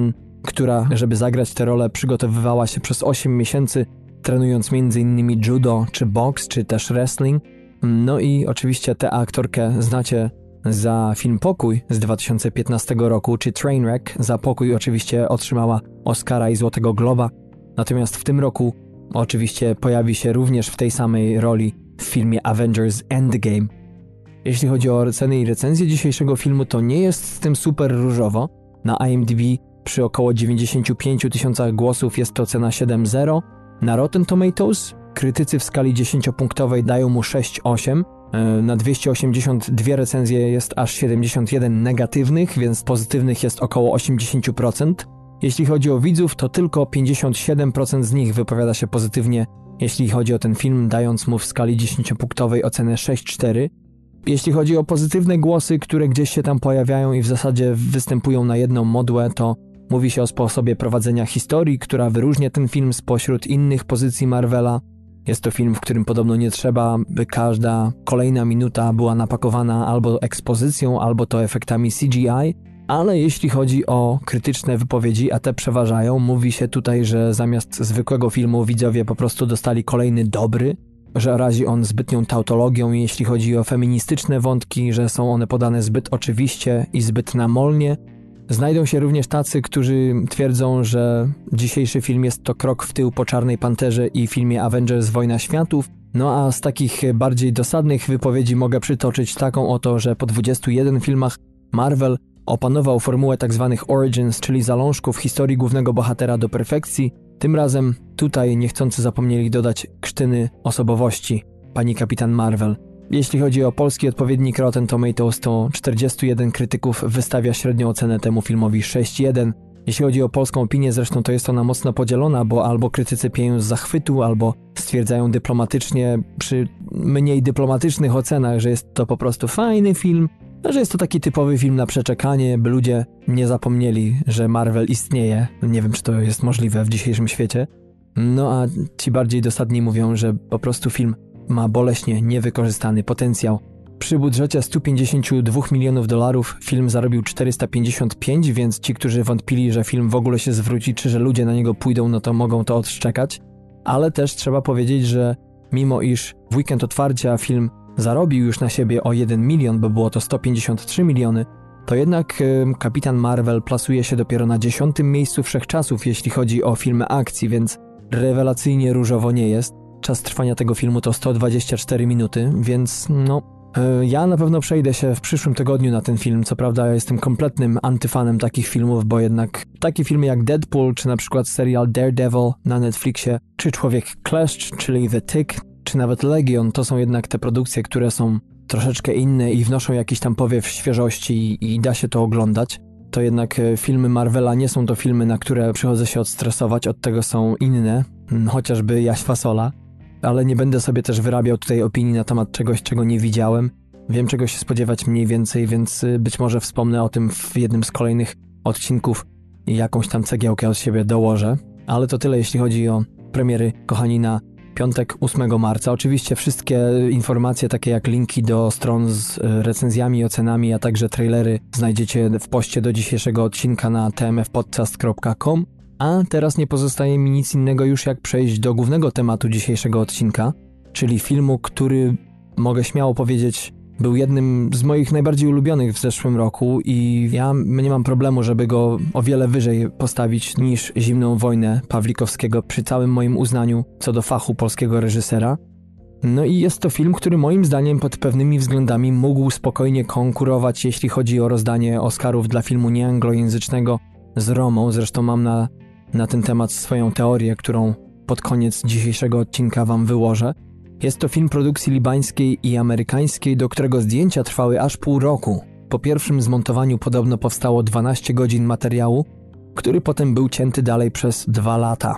która, żeby zagrać tę rolę, przygotowywała się przez osiem miesięcy, trenując między innymi judo, czy boks, czy też wrestling. No i oczywiście tę aktorkę znacie za film Pokój z dwa tysiące piętnastego roku, czy Trainwreck. Za Pokój oczywiście otrzymała Oscara i Złotego Globa. Natomiast w tym roku oczywiście pojawi się również w tej samej roli w filmie Avengers Endgame. Jeśli chodzi o oceny i recenzje dzisiejszego filmu, to nie jest z tym super różowo. Na I M D B przy około dziewięćdziesięciu pięciu tysiącach głosów jest to ocena siedem zero. Na Rotten Tomatoes krytycy w skali dziesięciopunktowej dają mu sześć osiem. Na dwieście osiemdziesiąt dwie recenzje jest aż siedemdziesiąt jeden negatywnych, więc pozytywnych jest około osiemdziesiąt procent. Jeśli chodzi o widzów, to tylko pięćdziesiąt siedem procent z nich wypowiada się pozytywnie, jeśli chodzi o ten film, dając mu w skali dziesięciopunktowej ocenę sześć cztery. Jeśli chodzi o pozytywne głosy, które gdzieś się tam pojawiają i w zasadzie występują na jedną modłę, to mówi się o sposobie prowadzenia historii, która wyróżnia ten film spośród innych pozycji Marvela. Jest to film, w którym podobno nie trzeba, by każda kolejna minuta była napakowana albo ekspozycją, albo to efektami C G I, ale jeśli chodzi o krytyczne wypowiedzi, a te przeważają, mówi się tutaj, że zamiast zwykłego filmu widzowie po prostu dostali kolejny dobry, że razi on zbytnią tautologią, jeśli chodzi o feministyczne wątki, że są one podane zbyt oczywiście i zbyt namolnie. Znajdą się również tacy, którzy twierdzą, że dzisiejszy film jest to krok w tył po Czarnej Panterze i filmie Avengers Wojna Światów. No a z takich bardziej dosadnych wypowiedzi mogę przytoczyć taką oto, że po dwudziestu jeden filmach Marvel opanował formułę tzw. origins, czyli zalążków historii głównego bohatera do perfekcji. Tym razem tutaj niechcący zapomnieli dodać krztyny osobowości pani Kapitan Marvel. Jeśli chodzi o polski odpowiednik Rotten Tomatoes, to czterdziestu jeden krytyków wystawia średnią ocenę temu filmowi sześć jeden. Jeśli chodzi o polską opinię, zresztą to jest ona mocno podzielona, bo albo krytycy pieją z zachwytu, albo stwierdzają dyplomatycznie przy mniej dyplomatycznych ocenach, że jest to po prostu fajny film, że jest to taki typowy film na przeczekanie, by ludzie nie zapomnieli, że Marvel istnieje. Nie wiem, czy to jest możliwe w dzisiejszym świecie. No a ci bardziej dosadni mówią, że po prostu film ma boleśnie niewykorzystany potencjał. Przy budżecie stu pięćdziesięciu dwóch milionów dolarów film zarobił czterysta pięćdziesiąt pięć, więc ci, którzy wątpili, że film w ogóle się zwróci, czy że ludzie na niego pójdą, no to mogą to odszczekać. Ale też trzeba powiedzieć, że mimo iż w weekend otwarcia film zarobił już na siebie o jeden milion, bo było to sto pięćdziesiąt trzy miliony, to jednak y, Kapitan Marvel plasuje się dopiero na dziesiątym miejscu wszechczasów, jeśli chodzi o filmy akcji, więc rewelacyjnie różowo nie jest. Czas trwania tego filmu to sto dwadzieścia cztery minuty, więc no... y, ja na pewno przejdę się w przyszłym tygodniu na ten film. Co prawda jestem kompletnym antyfanem takich filmów, bo jednak takie filmy jak Deadpool, czy na przykład serial Daredevil na Netflixie, czy Człowiek Kleszcz, czyli The Tick, czy nawet Legion, to są jednak te produkcje, które są troszeczkę inne i wnoszą jakiś tam powiew świeżości i, i da się to oglądać. To jednak filmy Marvela nie są to filmy, na które przychodzę się odstresować, od tego są inne, chociażby Jaś Fasola, ale nie będę sobie też wyrabiał tutaj opinii na temat czegoś, czego nie widziałem. Wiem, czego się spodziewać mniej więcej, więc być może wspomnę o tym w jednym z kolejnych odcinków i jakąś tam cegiełkę od siebie dołożę. Ale to tyle, jeśli chodzi o premiery, kochani, na piątek ósmego marca. Oczywiście wszystkie informacje, takie jak linki do stron z recenzjami, ocenami, a także trailery znajdziecie w poście do dzisiejszego odcinka na t m f podcast kropka com. A teraz nie pozostaje mi nic innego już jak przejść do głównego tematu dzisiejszego odcinka, czyli filmu, który mogę śmiało powiedzieć był jednym z moich najbardziej ulubionych w zeszłym roku i ja nie mam problemu, żeby go o wiele wyżej postawić niż Zimną wojnę Pawlikowskiego przy całym moim uznaniu co do fachu polskiego reżysera. No i jest to film, który moim zdaniem pod pewnymi względami mógł spokojnie konkurować, jeśli chodzi o rozdanie Oscarów dla filmu nieanglojęzycznego z Romą. Zresztą mam na, na ten temat swoją teorię, którą pod koniec dzisiejszego odcinka wam wyłożę. Jest to film produkcji libańskiej i amerykańskiej, do którego zdjęcia trwały aż pół roku. Po pierwszym zmontowaniu podobno powstało dwanaście godzin materiału, który potem był cięty dalej przez dwa lata.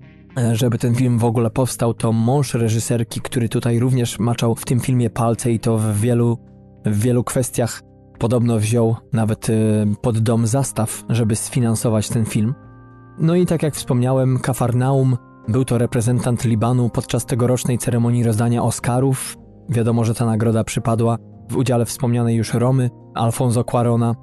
Żeby ten film w ogóle powstał, to mąż reżyserki, który tutaj również maczał w tym filmie palce i to w wielu, w wielu kwestiach podobno wziął nawet pod dom zastaw, żeby sfinansować ten film. No i tak jak wspomniałem, Kafarnaum był to reprezentant Libanu podczas tegorocznej ceremonii rozdania Oscarów. Wiadomo, że ta nagroda przypadła w udziale wspomnianej już Romy, Alfonso Cuarona.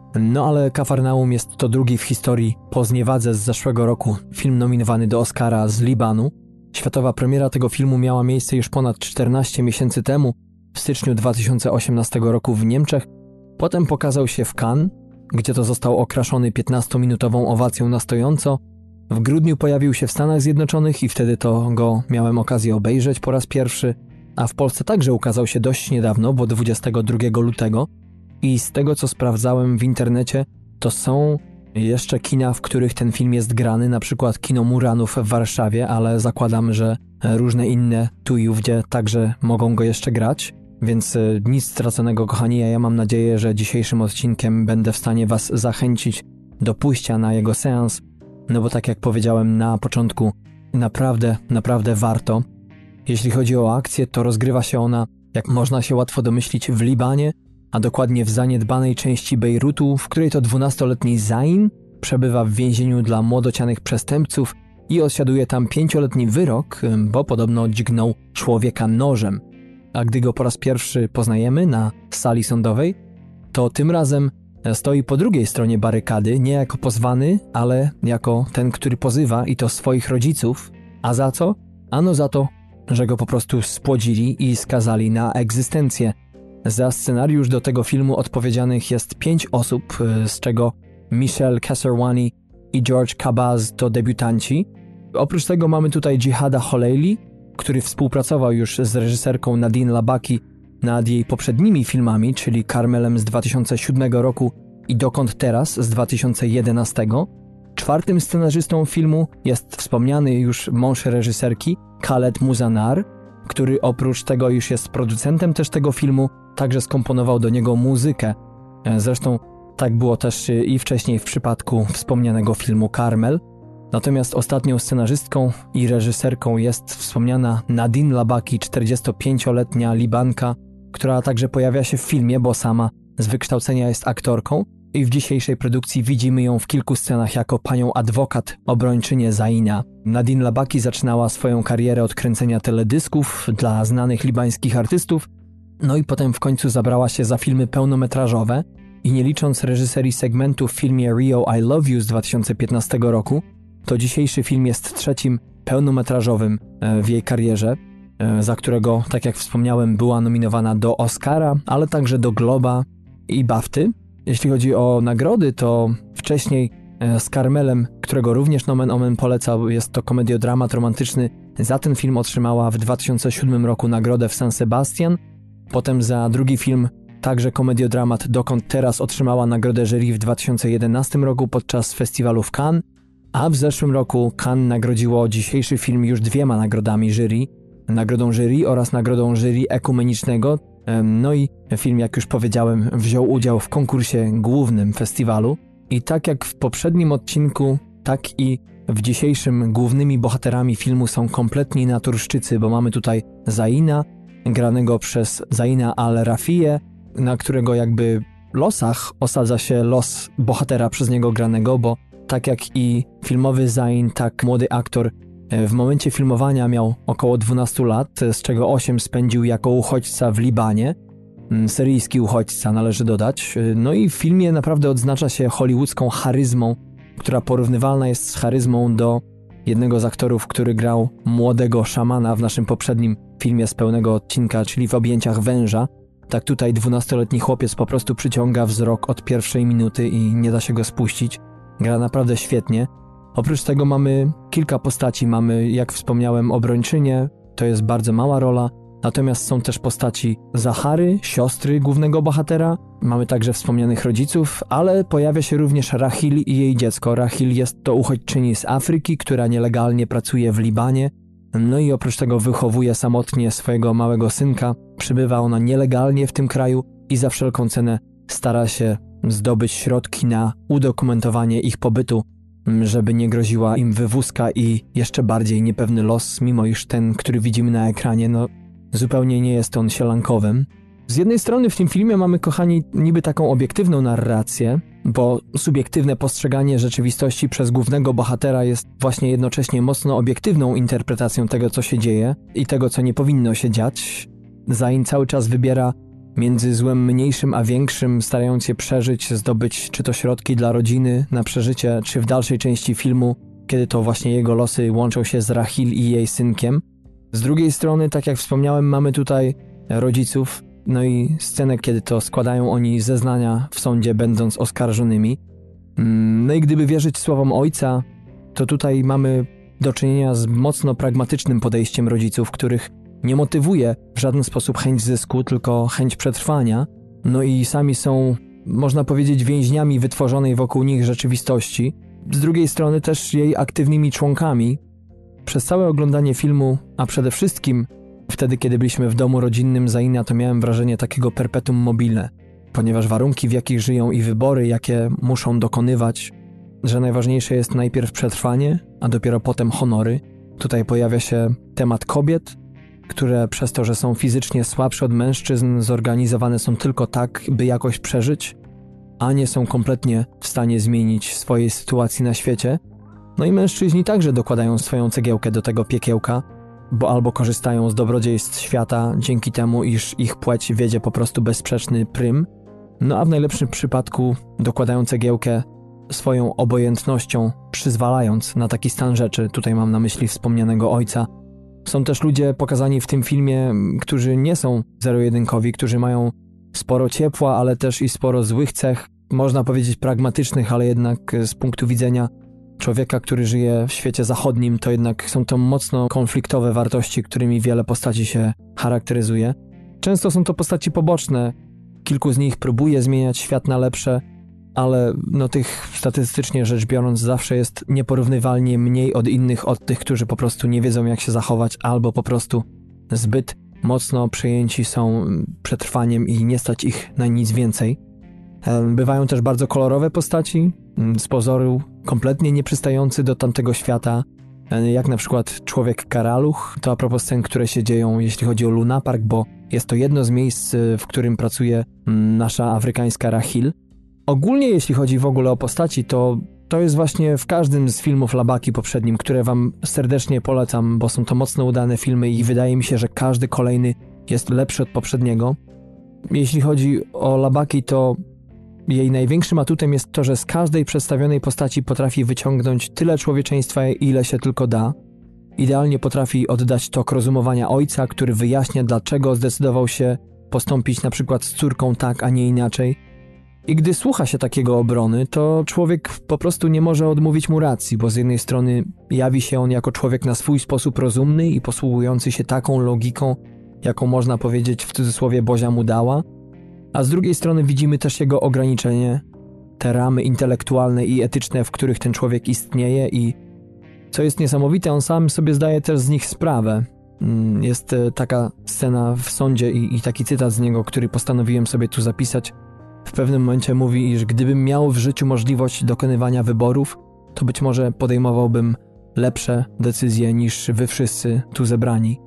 No ale Kafarnaum jest to drugi w historii po Zniewadze z zeszłego roku film nominowany do Oscara z Libanu. Światowa premiera tego filmu miała miejsce już ponad czternaście miesięcy temu, w styczniu dwa tysiące osiemnastego roku w Niemczech. Potem pokazał się w Cannes, gdzie to został okraszony piętnastominutową owacją na stojąco. W grudniu pojawił się w Stanach Zjednoczonych i wtedy to go miałem okazję obejrzeć po raz pierwszy, a w Polsce także ukazał się dość niedawno, bo dwudziestego drugiego lutego. I z tego, co sprawdzałem w internecie, to są jeszcze kina, w których ten film jest grany, na przykład kino Muranów w Warszawie, ale zakładam, że różne inne tu i ówdzie także mogą go jeszcze grać. Więc nic straconego, kochani, a ja mam nadzieję, że dzisiejszym odcinkiem będę w stanie was zachęcić do pójścia na jego seans, no bo tak jak powiedziałem na początku, naprawdę, naprawdę warto. Jeśli chodzi o akcję, to rozgrywa się ona, jak można się łatwo domyślić, w Libanie, a dokładnie w zaniedbanej części Bejrutu, w której to dwunastoletni Zain przebywa w więzieniu dla młodocianych przestępców i odsiaduje tam pięcioletni wyrok, bo podobno dźgnął człowieka nożem. A gdy go po raz pierwszy poznajemy na sali sądowej, to tym razem stoi po drugiej stronie barykady, nie jako pozwany, ale jako ten, który pozywa i to swoich rodziców. A za co? Ano za to, że go po prostu spłodzili i skazali na egzystencję. Za scenariusz do tego filmu odpowiedzialnych jest pięć osób, z czego Michel Kasserwani i George Kabaz to debiutanci. Oprócz tego mamy tutaj Jihada Holeili, który współpracował już z reżyserką Nadine Labaki nad jej poprzednimi filmami, czyli Carmelem z dwa tysiące siódmego roku i Dokąd teraz z dwa tysiące jedenastego. Czwartym scenarzystą filmu jest wspomniany już mąż reżyserki Khaled Muzanar, który oprócz tego już jest producentem też tego filmu, także skomponował do niego muzykę. Zresztą tak było też i wcześniej w przypadku wspomnianego filmu Carmel. Natomiast ostatnią scenarzystką i reżyserką jest wspomniana Nadine Labaki, czterdziestopięcioletnia Libanka, która także pojawia się w filmie, bo sama z wykształcenia jest aktorką i w dzisiejszej produkcji widzimy ją w kilku scenach jako panią adwokat, obrończynię Zaina. Nadine Labaki zaczynała swoją karierę od kręcenia teledysków dla znanych libańskich artystów, no i potem w końcu zabrała się za filmy pełnometrażowe i nie licząc reżyserii segmentu w filmie Rio I Love You z dwa tysiące piętnastego roku, to dzisiejszy film jest trzecim pełnometrażowym w jej karierze, za którego, tak jak wspomniałem, była nominowana do Oscara, ale także do Globa i Bafty. Jeśli chodzi o nagrody, to wcześniej z Carmelem, którego również nomen omen polecał, jest to komediodramat romantyczny, za ten film otrzymała w dwa tysiące siódmym roku nagrodę w San Sebastian. Potem za drugi film, także komediodramat Dokąd teraz, otrzymała nagrodę jury w dwa tysiące jedenastym roku podczas festiwalu w Cannes, a w zeszłym roku Cannes nagrodziło dzisiejszy film już dwiema nagrodami jury, nagrodą jury oraz nagrodą jury ekumenicznego. No i film, jak już powiedziałem, wziął udział w konkursie głównym festiwalu. I tak jak w poprzednim odcinku, tak i w dzisiejszym głównymi bohaterami filmu są kompletni naturszczycy, bo mamy tutaj Zaina, granego przez Zaina Al-Rafię, na którego jakby losach osadza się los bohatera przez niego granego, bo tak jak i filmowy Zain, tak młody aktor w momencie filmowania miał około dwunastu lat, z czego osiem spędził jako uchodźca w Libanie. Syryjski uchodźca, należy dodać. No i w filmie naprawdę odznacza się hollywoodzką charyzmą, która porównywalna jest z charyzmą do jednego z aktorów, który grał młodego szamana w naszym poprzednim filmie z pełnego odcinka, czyli W objęciach węża. Tak tutaj dwunastoletni chłopiec po prostu przyciąga wzrok od pierwszej minuty i nie da się go spuścić. Gra naprawdę świetnie. Oprócz tego mamy kilka postaci. Mamy, jak wspomniałem, obrończynię, to jest bardzo mała rola. Natomiast są też postaci Zahary, siostry głównego bohatera. Mamy także wspomnianych rodziców, ale pojawia się również Rahil i jej dziecko. Rahil jest to uchodźczyni z Afryki, która nielegalnie pracuje w Libanie. No i oprócz tego wychowuje samotnie swojego małego synka. Przybywa ona nielegalnie w tym kraju i za wszelką cenę stara się zdobyć środki na udokumentowanie ich pobytu, żeby nie groziła im wywózka i jeszcze bardziej niepewny los, mimo iż ten, który widzimy na ekranie, no zupełnie nie jest on sielankowym. Z jednej strony w tym filmie mamy, kochani, niby taką obiektywną narrację, bo subiektywne postrzeganie rzeczywistości przez głównego bohatera jest właśnie jednocześnie mocno obiektywną interpretacją tego, co się dzieje i tego, co nie powinno się dziać. Zain cały czas wybiera między złem mniejszym a większym, starając się przeżyć, zdobyć czy to środki dla rodziny na przeżycie, czy w dalszej części filmu, kiedy to właśnie jego losy łączą się z Rahil i jej synkiem. Z drugiej strony, tak jak wspomniałem, mamy tutaj rodziców, no i scenę, kiedy to składają oni zeznania w sądzie, będąc oskarżonymi. No i gdyby wierzyć słowom ojca, to tutaj mamy do czynienia z mocno pragmatycznym podejściem rodziców, których nie motywuje w żaden sposób chęć zysku, tylko chęć przetrwania. No i sami są, można powiedzieć, więźniami wytworzonej wokół nich rzeczywistości. Z drugiej strony też jej aktywnymi członkami. Przez całe oglądanie filmu, a przede wszystkim wtedy, kiedy byliśmy w domu rodzinnym Zaina, to miałem wrażenie takiego perpetuum mobile, ponieważ warunki, w jakich żyją i wybory, jakie muszą dokonywać, że najważniejsze jest najpierw przetrwanie, a dopiero potem honory. Tutaj pojawia się temat kobiet, które przez to, że są fizycznie słabsze od mężczyzn, zorganizowane są tylko tak, by jakoś przeżyć, a nie są kompletnie w stanie zmienić swojej sytuacji na świecie. No i mężczyźni także dokładają swoją cegiełkę do tego piekiełka, bo albo korzystają z dobrodziejstw świata dzięki temu, iż ich płeć wiedzie po prostu bezsprzeczny prym, no a w najlepszym przypadku dokładają cegiełkę swoją obojętnością, przyzwalając na taki stan rzeczy. Tutaj mam na myśli wspomnianego ojca. Są też ludzie pokazani w tym filmie, którzy nie są zero-jedynkowi, którzy mają sporo ciepła, ale też i sporo złych cech, można powiedzieć pragmatycznych, ale jednak z punktu widzenia człowieka, który żyje w świecie zachodnim, to jednak są to mocno konfliktowe wartości, którymi wiele postaci się charakteryzuje. Często są to postaci poboczne, kilku z nich próbuje zmieniać świat na lepsze, ale no tych statystycznie rzecz biorąc zawsze jest nieporównywalnie mniej od innych, od tych, którzy po prostu nie wiedzą jak się zachować albo po prostu zbyt mocno przejęci są przetrwaniem i nie stać ich na nic więcej. Bywają też bardzo kolorowe postaci, z pozoru kompletnie nieprzystający do tamtego świata, jak na przykład człowiek karaluch. To a propos scen, które się dzieją, jeśli chodzi o Luna Park, bo jest to jedno z miejsc, w którym pracuje nasza afrykańska Rahil. Ogólnie jeśli chodzi w ogóle o postaci, to to jest właśnie w każdym z filmów Labaki poprzednim, które wam serdecznie polecam, bo są to mocno udane filmy i wydaje mi się, że każdy kolejny jest lepszy od poprzedniego. Jeśli chodzi o Labaki, to jej największym atutem jest to, że z każdej przedstawionej postaci potrafi wyciągnąć tyle człowieczeństwa, ile się tylko da. Idealnie potrafi oddać tok rozumowania ojca, który wyjaśnia, dlaczego zdecydował się postąpić na przykład z córką tak, a nie inaczej. I gdy słucha się takiego obrony, to człowiek po prostu nie może odmówić mu racji, bo z jednej strony jawi się on jako człowiek na swój sposób rozumny i posługujący się taką logiką, jaką można powiedzieć w cudzysłowie Bozia mu dała, a z drugiej strony widzimy też jego ograniczenie, te ramy intelektualne i etyczne, w których ten człowiek istnieje i co jest niesamowite, on sam sobie zdaje też z nich sprawę. Jest taka scena w sądzie i, i taki cytat z niego, który postanowiłem sobie tu zapisać. W pewnym momencie mówi, iż gdybym miał w życiu możliwość dokonywania wyborów, to być może podejmowałbym lepsze decyzje niż wy wszyscy tu zebrani.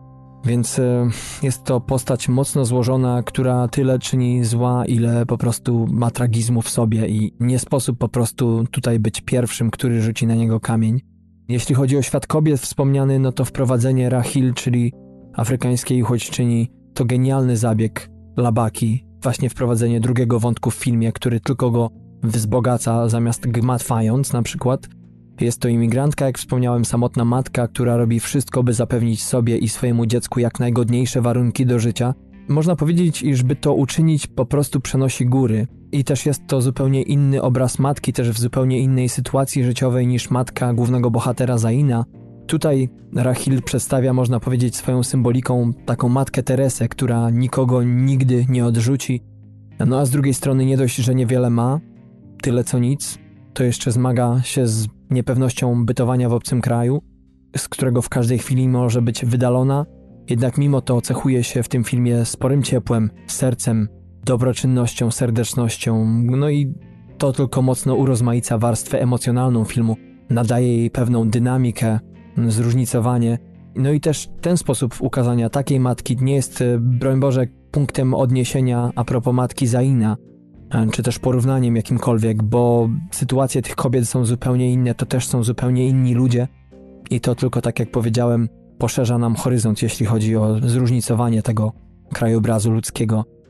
Więc jest to postać mocno złożona, która tyle czyni zła, ile po prostu ma tragizmu w sobie i nie sposób po prostu tutaj być pierwszym, który rzuci na niego kamień. Jeśli chodzi o świat kobiet wspomniany, no to wprowadzenie Rahil, czyli afrykańskiej uchodźczyni, to genialny zabieg Labaki. Właśnie wprowadzenie drugiego wątku w filmie, który tylko go wzbogaca zamiast gmatwając na przykład. Jest to imigrantka, jak wspomniałem, samotna matka, która robi wszystko, by zapewnić sobie i swojemu dziecku jak najgodniejsze warunki do życia. Można powiedzieć, iż by to uczynić po prostu przenosi góry. I też jest to zupełnie inny obraz matki, też w zupełnie innej sytuacji życiowej niż matka głównego bohatera Zaina. Tutaj Rahil przedstawia, można powiedzieć, swoją symboliką taką matkę Teresę, która nikogo nigdy nie odrzuci. No a z drugiej strony nie dość, że niewiele ma, tyle co nic, to jeszcze zmaga się z niepewnością bytowania w obcym kraju, z którego w każdej chwili może być wydalona. Jednak mimo to cechuje się w tym filmie sporym ciepłem, sercem, dobroczynnością, serdecznością. No i to tylko mocno urozmaica warstwę emocjonalną filmu, nadaje jej pewną dynamikę, zróżnicowanie. No i też ten sposób ukazania takiej matki nie jest, broń Boże, punktem odniesienia a propos matki Zaina, czy też porównaniem jakimkolwiek, bo sytuacje tych kobiet są zupełnie inne, to też są zupełnie inni ludzie i to tylko, tak jak powiedziałem, poszerza nam horyzont, jeśli chodzi o zróżnicowanie tego krajobrazu ludzkiego.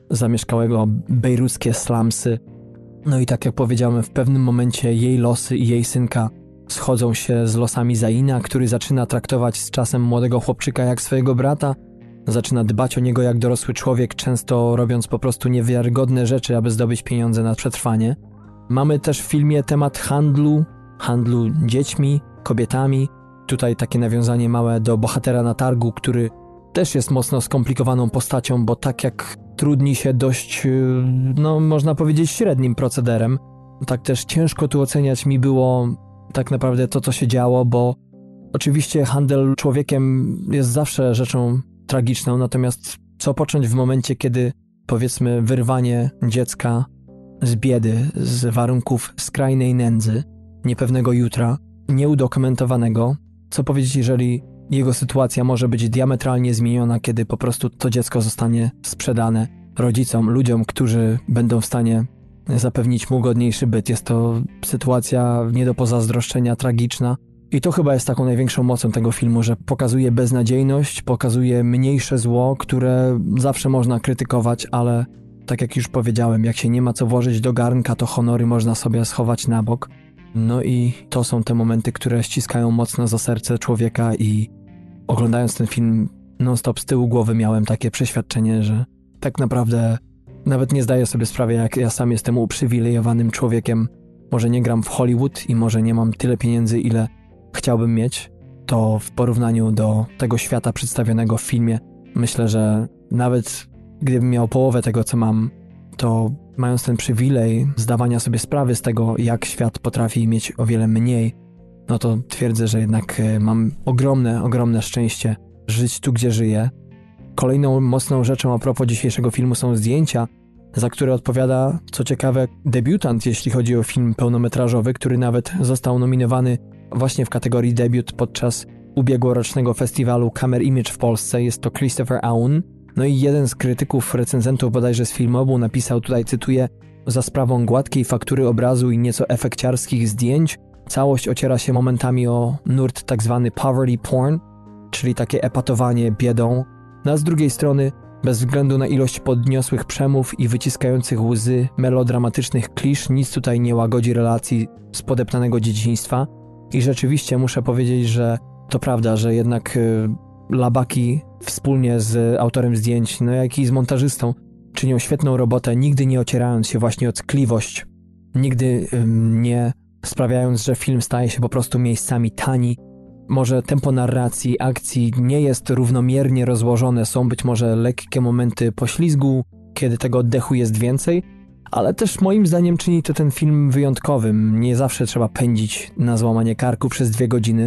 zamieszkałego bejruckie slumsy. No i tak jak powiedziałem, w pewnym momencie jej losy i jej synka schodzą się z losami Zaina, który zaczyna traktować z czasem młodego chłopczyka jak swojego brata, zaczyna dbać o niego jak dorosły człowiek, często robiąc po prostu niewiarygodne rzeczy, aby zdobyć pieniądze na przetrwanie. Mamy też w filmie temat handlu, handlu dziećmi, kobietami. Tutaj takie nawiązanie małe do bohatera na targu, który też jest mocno skomplikowaną postacią, bo tak jak trudni się dość, no można powiedzieć, średnim procederem, tak też ciężko tu oceniać mi było tak naprawdę to, co się działo, bo oczywiście handel człowiekiem jest zawsze rzeczą tragiczną, natomiast co począć w momencie, kiedy powiedzmy wyrwanie dziecka z biedy, z warunków skrajnej nędzy, niepewnego jutra, nieudokumentowanego, co powiedzieć, jeżeli jego sytuacja może być diametralnie zmieniona, kiedy po prostu to dziecko zostanie sprzedane rodzicom, ludziom, którzy będą w stanie zapewnić mu godniejszy byt. Jest to sytuacja nie do pozazdroszczenia, tragiczna. I to chyba jest taką największą mocą tego filmu, że pokazuje beznadziejność, pokazuje mniejsze zło, które zawsze można krytykować, ale tak jak już powiedziałem, jak się nie ma co włożyć do garnka, to honory można sobie schować na bok. No i to są te momenty, które ściskają mocno za serce człowieka i oglądając ten film non-stop z tyłu głowy miałem takie przeświadczenie, że tak naprawdę nawet nie zdaję sobie sprawy, jak ja sam jestem uprzywilejowanym człowiekiem. Może nie gram w Hollywood i może nie mam tyle pieniędzy, ile chciałbym mieć, to w porównaniu do tego świata przedstawionego w filmie, myślę, że nawet gdybym miał połowę tego, co mam, to mając ten przywilej zdawania sobie sprawy z tego, jak świat potrafi mieć o wiele mniej, no to twierdzę, że jednak mam ogromne, ogromne szczęście żyć tu, gdzie żyję. Kolejną mocną rzeczą a propos dzisiejszego filmu są zdjęcia, za które odpowiada, co ciekawe, debiutant, jeśli chodzi o film pełnometrażowy, który nawet został nominowany właśnie w kategorii debiut podczas ubiegłorocznego festiwalu Camera Image w Polsce. Jest to Christopher Aoun. No i jeden z krytyków, recenzentów bodajże z Filmobu napisał, tutaj cytuję: za sprawą gładkiej faktury obrazu i nieco efekciarskich zdjęć, całość ociera się momentami o nurt tak zwany poverty porn, czyli takie epatowanie biedą. No a z drugiej strony, bez względu na ilość podniosłych przemów i wyciskających łzy melodramatycznych klisz, nic tutaj nie łagodzi relacji z podeptanego dzieciństwa. I rzeczywiście muszę powiedzieć, że to prawda, że jednak y, Labaki wspólnie z autorem zdjęć, no jak i z montażystą, czynią świetną robotę, nigdy nie ocierając się właśnie o ckliwość, nigdy y, nie sprawiając, że film staje się po prostu miejscami tani. Może tempo narracji, akcji nie jest równomiernie rozłożone, są być może lekkie momenty poślizgu, kiedy tego oddechu jest więcej, ale też moim zdaniem czyni to ten film wyjątkowym. Nie zawsze trzeba pędzić na złamanie karku przez dwie godziny,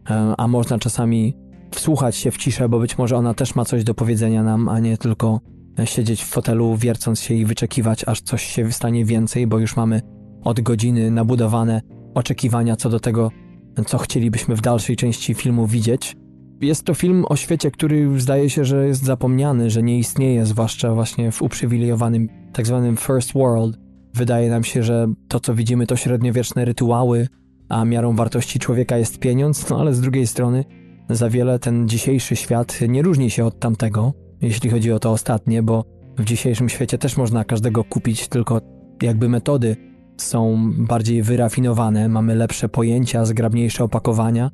a można czasami wsłuchać się w ciszę, bo być może ona też ma coś do powiedzenia nam, a nie tylko siedzieć w fotelu, wiercąc się i wyczekiwać, aż coś się stanie więcej, bo już mamy od godziny nabudowane oczekiwania co do tego, co chcielibyśmy w dalszej części filmu widzieć. Jest to film o świecie, który zdaje się, że jest zapomniany, że nie istnieje, zwłaszcza właśnie w uprzywilejowanym tak zwanym First World. Wydaje nam się, że to, co widzimy, to średniowieczne rytuały, a miarą wartości człowieka jest pieniądz, no ale z drugiej strony za wiele ten dzisiejszy świat nie różni się od tamtego, jeśli chodzi o to ostatnie, bo w dzisiejszym świecie też można każdego kupić, tylko jakby metody są bardziej wyrafinowane, mamy lepsze pojęcia, zgrabniejsze opakowania,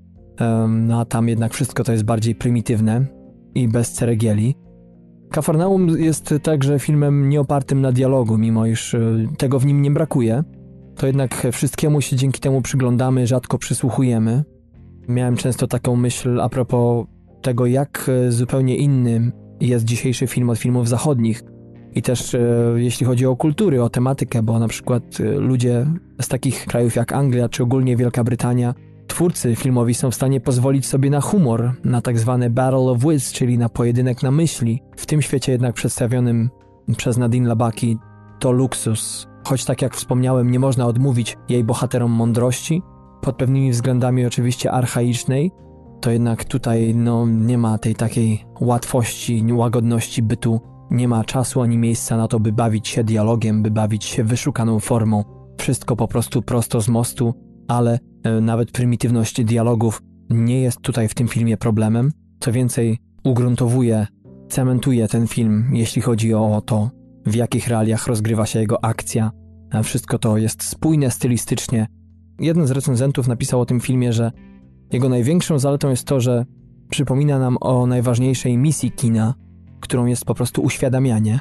no a tam jednak wszystko to jest bardziej prymitywne i bez ceregieli. Kafarnaum jest także filmem nieopartym na dialogu, mimo iż tego w nim nie brakuje, to jednak wszystkiemu się dzięki temu przyglądamy, rzadko przysłuchujemy. Miałem często taką myśl a propos tego, jak zupełnie innym jest dzisiejszy film od filmów zachodnich. I też e, jeśli chodzi o kultury, o tematykę, bo na przykład e, ludzie z takich krajów jak Anglia czy ogólnie Wielka Brytania, twórcy filmowi są w stanie pozwolić sobie na humor, na tak zwany Battle of Wits, czyli na pojedynek na myśli. W tym świecie jednak przedstawionym przez Nadine Labaki to luksus. Choć tak jak wspomniałem, nie można odmówić jej bohaterom mądrości, pod pewnymi względami oczywiście archaicznej, to jednak tutaj no, nie ma tej takiej łatwości, łagodności bytu. Nie ma czasu ani miejsca na to, by bawić się dialogiem, by bawić się wyszukaną formą. Wszystko po prostu prosto z mostu, ale e, nawet prymitywność dialogów nie jest tutaj w tym filmie problemem. Co więcej, ugruntowuje, cementuje ten film, jeśli chodzi o to, w jakich realiach rozgrywa się jego akcja. Wszystko to jest spójne stylistycznie. Jeden z recenzentów napisał o tym filmie, że jego największą zaletą jest to, że przypomina nam o najważniejszej misji kina, którą jest po prostu uświadamianie.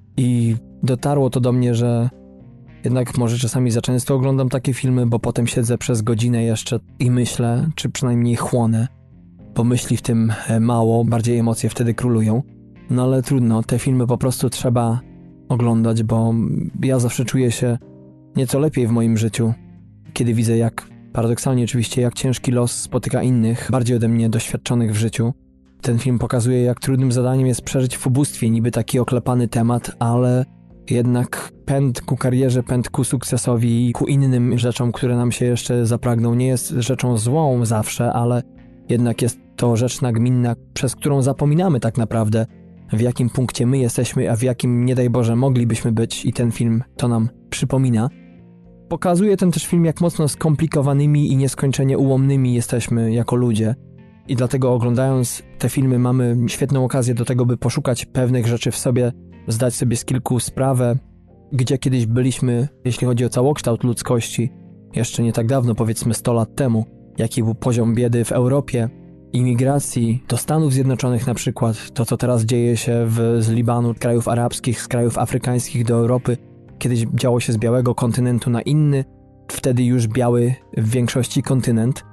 I dotarło to do mnie, że jednak może czasami za często oglądam takie filmy, bo potem siedzę przez godzinę jeszcze i myślę, czy przynajmniej chłonę, bo myśli w tym mało, bardziej emocje wtedy królują. No ale trudno, te filmy po prostu trzeba oglądać, bo ja zawsze czuję się nieco lepiej w moim życiu, kiedy widzę, jak paradoksalnie oczywiście, jak ciężki los spotyka innych, bardziej ode mnie doświadczonych w życiu. Ten film pokazuje, jak trudnym zadaniem jest przeżyć w ubóstwie, niby taki oklepany temat, ale jednak pęd ku karierze, pęd ku sukcesowi i ku innym rzeczom, które nam się jeszcze zapragną, nie jest rzeczą złą zawsze, ale jednak jest to rzecz nagminna, przez którą zapominamy tak naprawdę, w jakim punkcie my jesteśmy, a w jakim, nie daj Boże, moglibyśmy być, i ten film to nam przypomina. Pokazuje ten też film, jak mocno skomplikowanymi i nieskończenie ułomnymi jesteśmy jako ludzie. I dlatego oglądając te filmy mamy świetną okazję do tego, by poszukać pewnych rzeczy w sobie, zdać sobie z kilku sprawę, gdzie kiedyś byliśmy, jeśli chodzi o całokształt ludzkości, jeszcze nie tak dawno, powiedzmy sto lat temu, jaki był poziom biedy w Europie, imigracji do Stanów Zjednoczonych na przykład, to co teraz dzieje się w, z Libanu, krajów arabskich, z krajów afrykańskich do Europy, kiedyś działo się z białego kontynentu na inny, wtedy już biały w większości kontynent.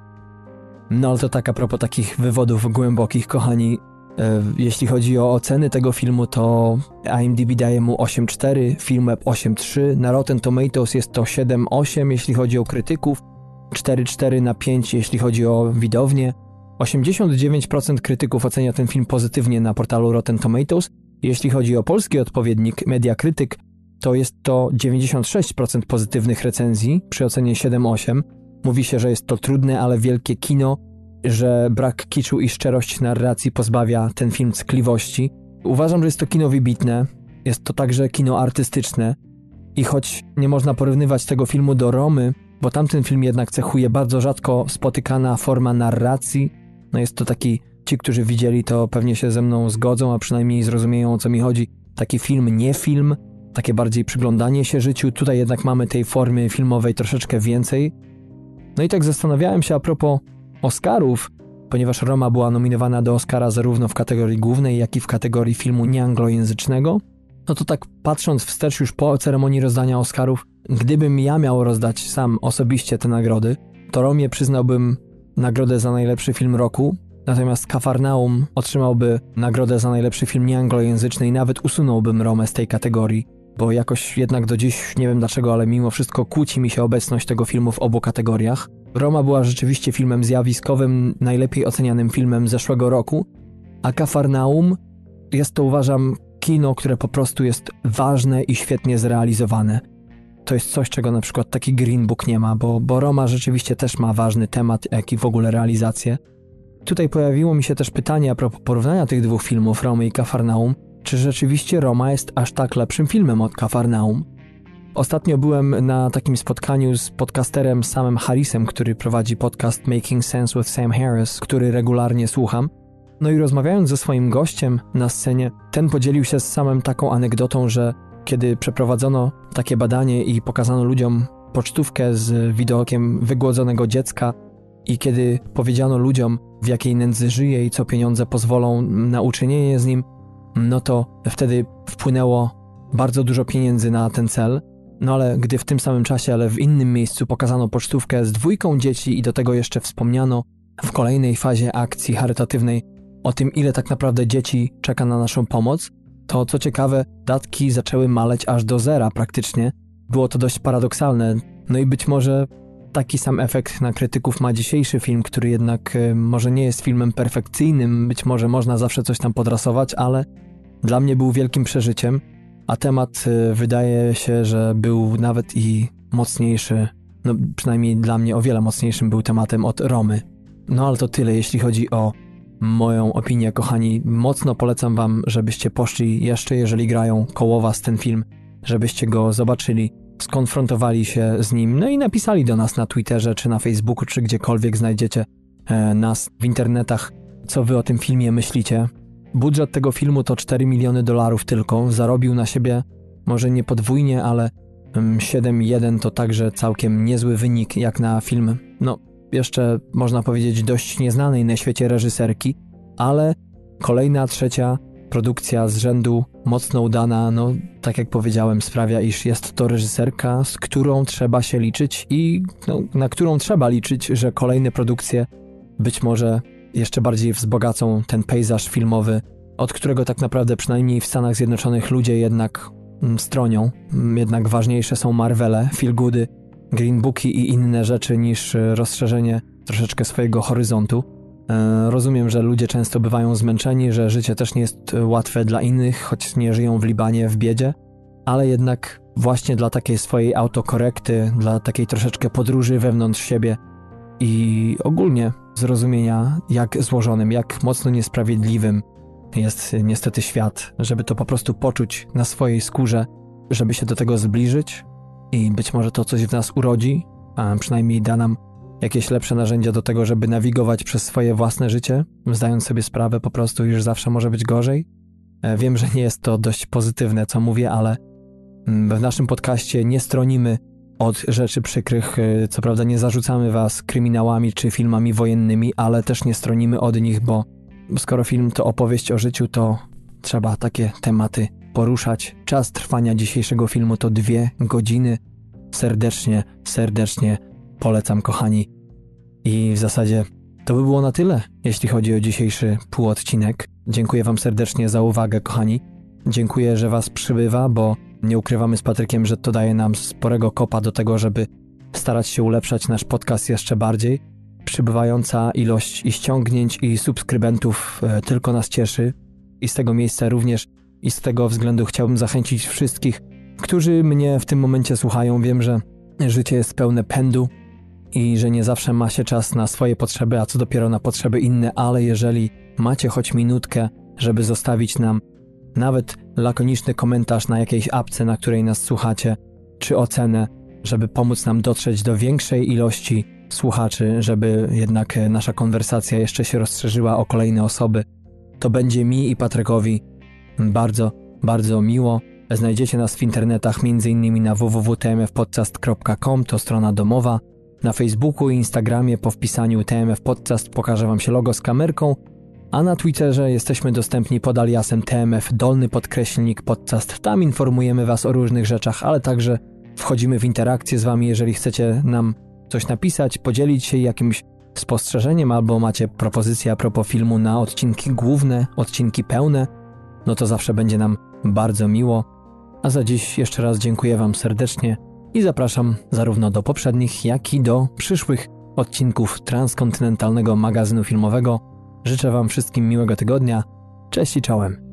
No ale to tak a propos takich wywodów głębokich, kochani. E, jeśli chodzi o oceny tego filmu, to I M D B daje mu osiem cztery, Filmweb osiem trzy, na Rotten Tomatoes jest to siedem osiem, jeśli chodzi o krytyków, cztery cztery na pięć, jeśli chodzi o widownię. osiemdziesiąt dziewięć procent krytyków ocenia ten film pozytywnie na portalu Rotten Tomatoes. Jeśli chodzi o polski odpowiednik Mediakrytyk, to jest to dziewięćdziesiąt sześć procent pozytywnych recenzji przy ocenie siedem osiem. Mówi się, że jest to trudne, ale wielkie kino, że brak kiczu i szczerość narracji pozbawia ten film ckliwości. Uważam, że jest to kino wybitne, jest to także kino artystyczne i choć nie można porównywać tego filmu do Romy, bo tamten film jednak cechuje bardzo rzadko spotykana forma narracji, no jest to taki, ci, którzy widzieli to pewnie się ze mną zgodzą, a przynajmniej zrozumieją, o co mi chodzi, taki film, nie film, takie bardziej przyglądanie się życiu. Tutaj jednak mamy tej formy filmowej troszeczkę więcej. No i tak zastanawiałem się a propos Oscarów, ponieważ Roma była nominowana do Oscara zarówno w kategorii głównej, jak i w kategorii filmu nieanglojęzycznego. No to tak patrząc wstecz już po ceremonii rozdania Oscarów, gdybym ja miał rozdać sam osobiście te nagrody, to Romie przyznałbym nagrodę za najlepszy film roku, natomiast Kafarnaum otrzymałby nagrodę za najlepszy film nieanglojęzyczny i nawet usunąłbym Romę z tej kategorii, bo jakoś jednak do dziś, nie wiem dlaczego, ale mimo wszystko kłóci mi się obecność tego filmu w obu kategoriach. Roma była rzeczywiście filmem zjawiskowym, najlepiej ocenianym filmem zeszłego roku, a Kafarnaum jest to, uważam, kino, które po prostu jest ważne i świetnie zrealizowane. To jest coś, czego na przykład taki Green Book nie ma, bo, bo Roma rzeczywiście też ma ważny temat, jak i w ogóle realizację. Tutaj pojawiło mi się też pytanie a propos porównania tych dwóch filmów, Romy i Kafarnaum, czy rzeczywiście Roma jest aż tak lepszym filmem od Kafarnaum? Ostatnio byłem na takim spotkaniu z podcasterem Samem Harrisem, który prowadzi podcast Making Sense with Sam Harris, który regularnie słucham. No i rozmawiając ze swoim gościem na scenie, ten podzielił się z Samem taką anegdotą, że kiedy przeprowadzono takie badanie i pokazano ludziom pocztówkę z widokiem wygłodzonego dziecka i kiedy powiedziano ludziom, w jakiej nędzy żyje i co pieniądze pozwolą na uczynienie z nim, no to wtedy wpłynęło bardzo dużo pieniędzy na ten cel. No ale gdy w tym samym czasie, ale w innym miejscu pokazano pocztówkę z dwójką dzieci i do tego jeszcze wspomniano w kolejnej fazie akcji charytatywnej o tym, ile tak naprawdę dzieci czeka na naszą pomoc, to co ciekawe, datki zaczęły maleć aż do zera praktycznie. Było to dość paradoksalne. No i być może taki sam efekt na krytyków ma dzisiejszy film, który jednak y, może nie jest filmem perfekcyjnym, być może można zawsze coś tam podrasować, ale dla mnie był wielkim przeżyciem, a temat y, wydaje się, że był nawet i mocniejszy, no przynajmniej dla mnie o wiele mocniejszym był tematem od Romy. No ale to tyle, jeśli chodzi o moją opinię, kochani. Mocno polecam wam, żebyście poszli jeszcze, jeżeli grają koło was ten film, żebyście go zobaczyli, skonfrontowali się z nim, no i napisali do nas na Twitterze, czy na Facebooku, czy gdziekolwiek znajdziecie e, nas w internetach, co wy o tym filmie myślicie. Budżet tego filmu to cztery miliony dolarów tylko, zarobił na siebie może nie podwójnie, ale siedem jeden to także całkiem niezły wynik jak na film, no jeszcze można powiedzieć dość nieznanej na świecie reżyserki, ale kolejna, trzecia produkcja z rzędu mocno udana, no tak jak powiedziałem, sprawia, iż jest to reżyserka, z którą trzeba się liczyć i no, na którą trzeba liczyć, że kolejne produkcje być może jeszcze bardziej wzbogacą ten pejzaż filmowy, od którego tak naprawdę przynajmniej w Stanach Zjednoczonych ludzie jednak mm, stronią. Jednak ważniejsze są Marvele, Feel Goody, Green Booki i inne rzeczy niż rozszerzenie troszeczkę swojego horyzontu. E, rozumiem, że ludzie często bywają zmęczeni, że życie też nie jest łatwe dla innych, choć nie żyją w Libanie, w biedzie, ale jednak właśnie dla takiej swojej autokorekty, dla takiej troszeczkę podróży wewnątrz siebie i ogólnie zrozumienia, jak złożonym, jak mocno niesprawiedliwym jest niestety świat, żeby to po prostu poczuć na swojej skórze, żeby się do tego zbliżyć i być może to coś w nas urodzi, a przynajmniej da nam jakieś lepsze narzędzia do tego, żeby nawigować przez swoje własne życie, zdając sobie sprawę po prostu, iż zawsze może być gorzej. Wiem, że nie jest to dość pozytywne, co mówię, ale w naszym podcaście nie stronimy od rzeczy przykrych. Co prawda nie zarzucamy was kryminałami czy filmami wojennymi, ale też nie stronimy od nich, bo skoro film to opowieść o życiu, to trzeba takie tematy poruszać. Czas trwania dzisiejszego filmu to dwie godziny. Serdecznie, serdecznie polecam, kochani. I w zasadzie to by było na tyle, jeśli chodzi o dzisiejszy półodcinek. Dziękuję wam serdecznie za uwagę, kochani. Dziękuję, że was przybywa, bo nie ukrywamy z Patrykiem, że to daje nam sporego kopa do tego, żeby starać się ulepszać nasz podcast jeszcze bardziej. Przybywająca ilość i ściągnięć i subskrybentów e, tylko nas cieszy i z tego miejsca również i z tego względu chciałbym zachęcić wszystkich, którzy mnie w tym momencie słuchają. Wiem, że życie jest pełne pędu i że nie zawsze ma się czas na swoje potrzeby, a co dopiero na potrzeby inne, ale jeżeli macie choć minutkę, żeby zostawić nam nawet lakoniczny komentarz na jakiejś apce, na której nas słuchacie, czy ocenę, żeby pomóc nam dotrzeć do większej ilości słuchaczy, żeby jednak nasza konwersacja jeszcze się rozszerzyła o kolejne osoby, to będzie mi i Patrykowi bardzo, bardzo miło. Znajdziecie nas w internetach m.in. na w w w kropka t m f podcast kropka com, to strona domowa. Na Facebooku i Instagramie po wpisaniu T M F Podcast pokaże wam się logo z kamerką, a na Twitterze jesteśmy dostępni pod aliasem T M F dolny podkreślnik podcast. Tam informujemy was o różnych rzeczach, ale także wchodzimy w interakcję z wami, jeżeli chcecie nam coś napisać, podzielić się jakimś spostrzeżeniem albo macie propozycje a propos filmu na odcinki główne, odcinki pełne, no to zawsze będzie nam bardzo miło. A za dziś jeszcze raz dziękuję wam serdecznie i zapraszam zarówno do poprzednich, jak i do przyszłych odcinków transkontynentalnego magazynu filmowego. Życzę wam wszystkim miłego tygodnia. Cześć i czołem.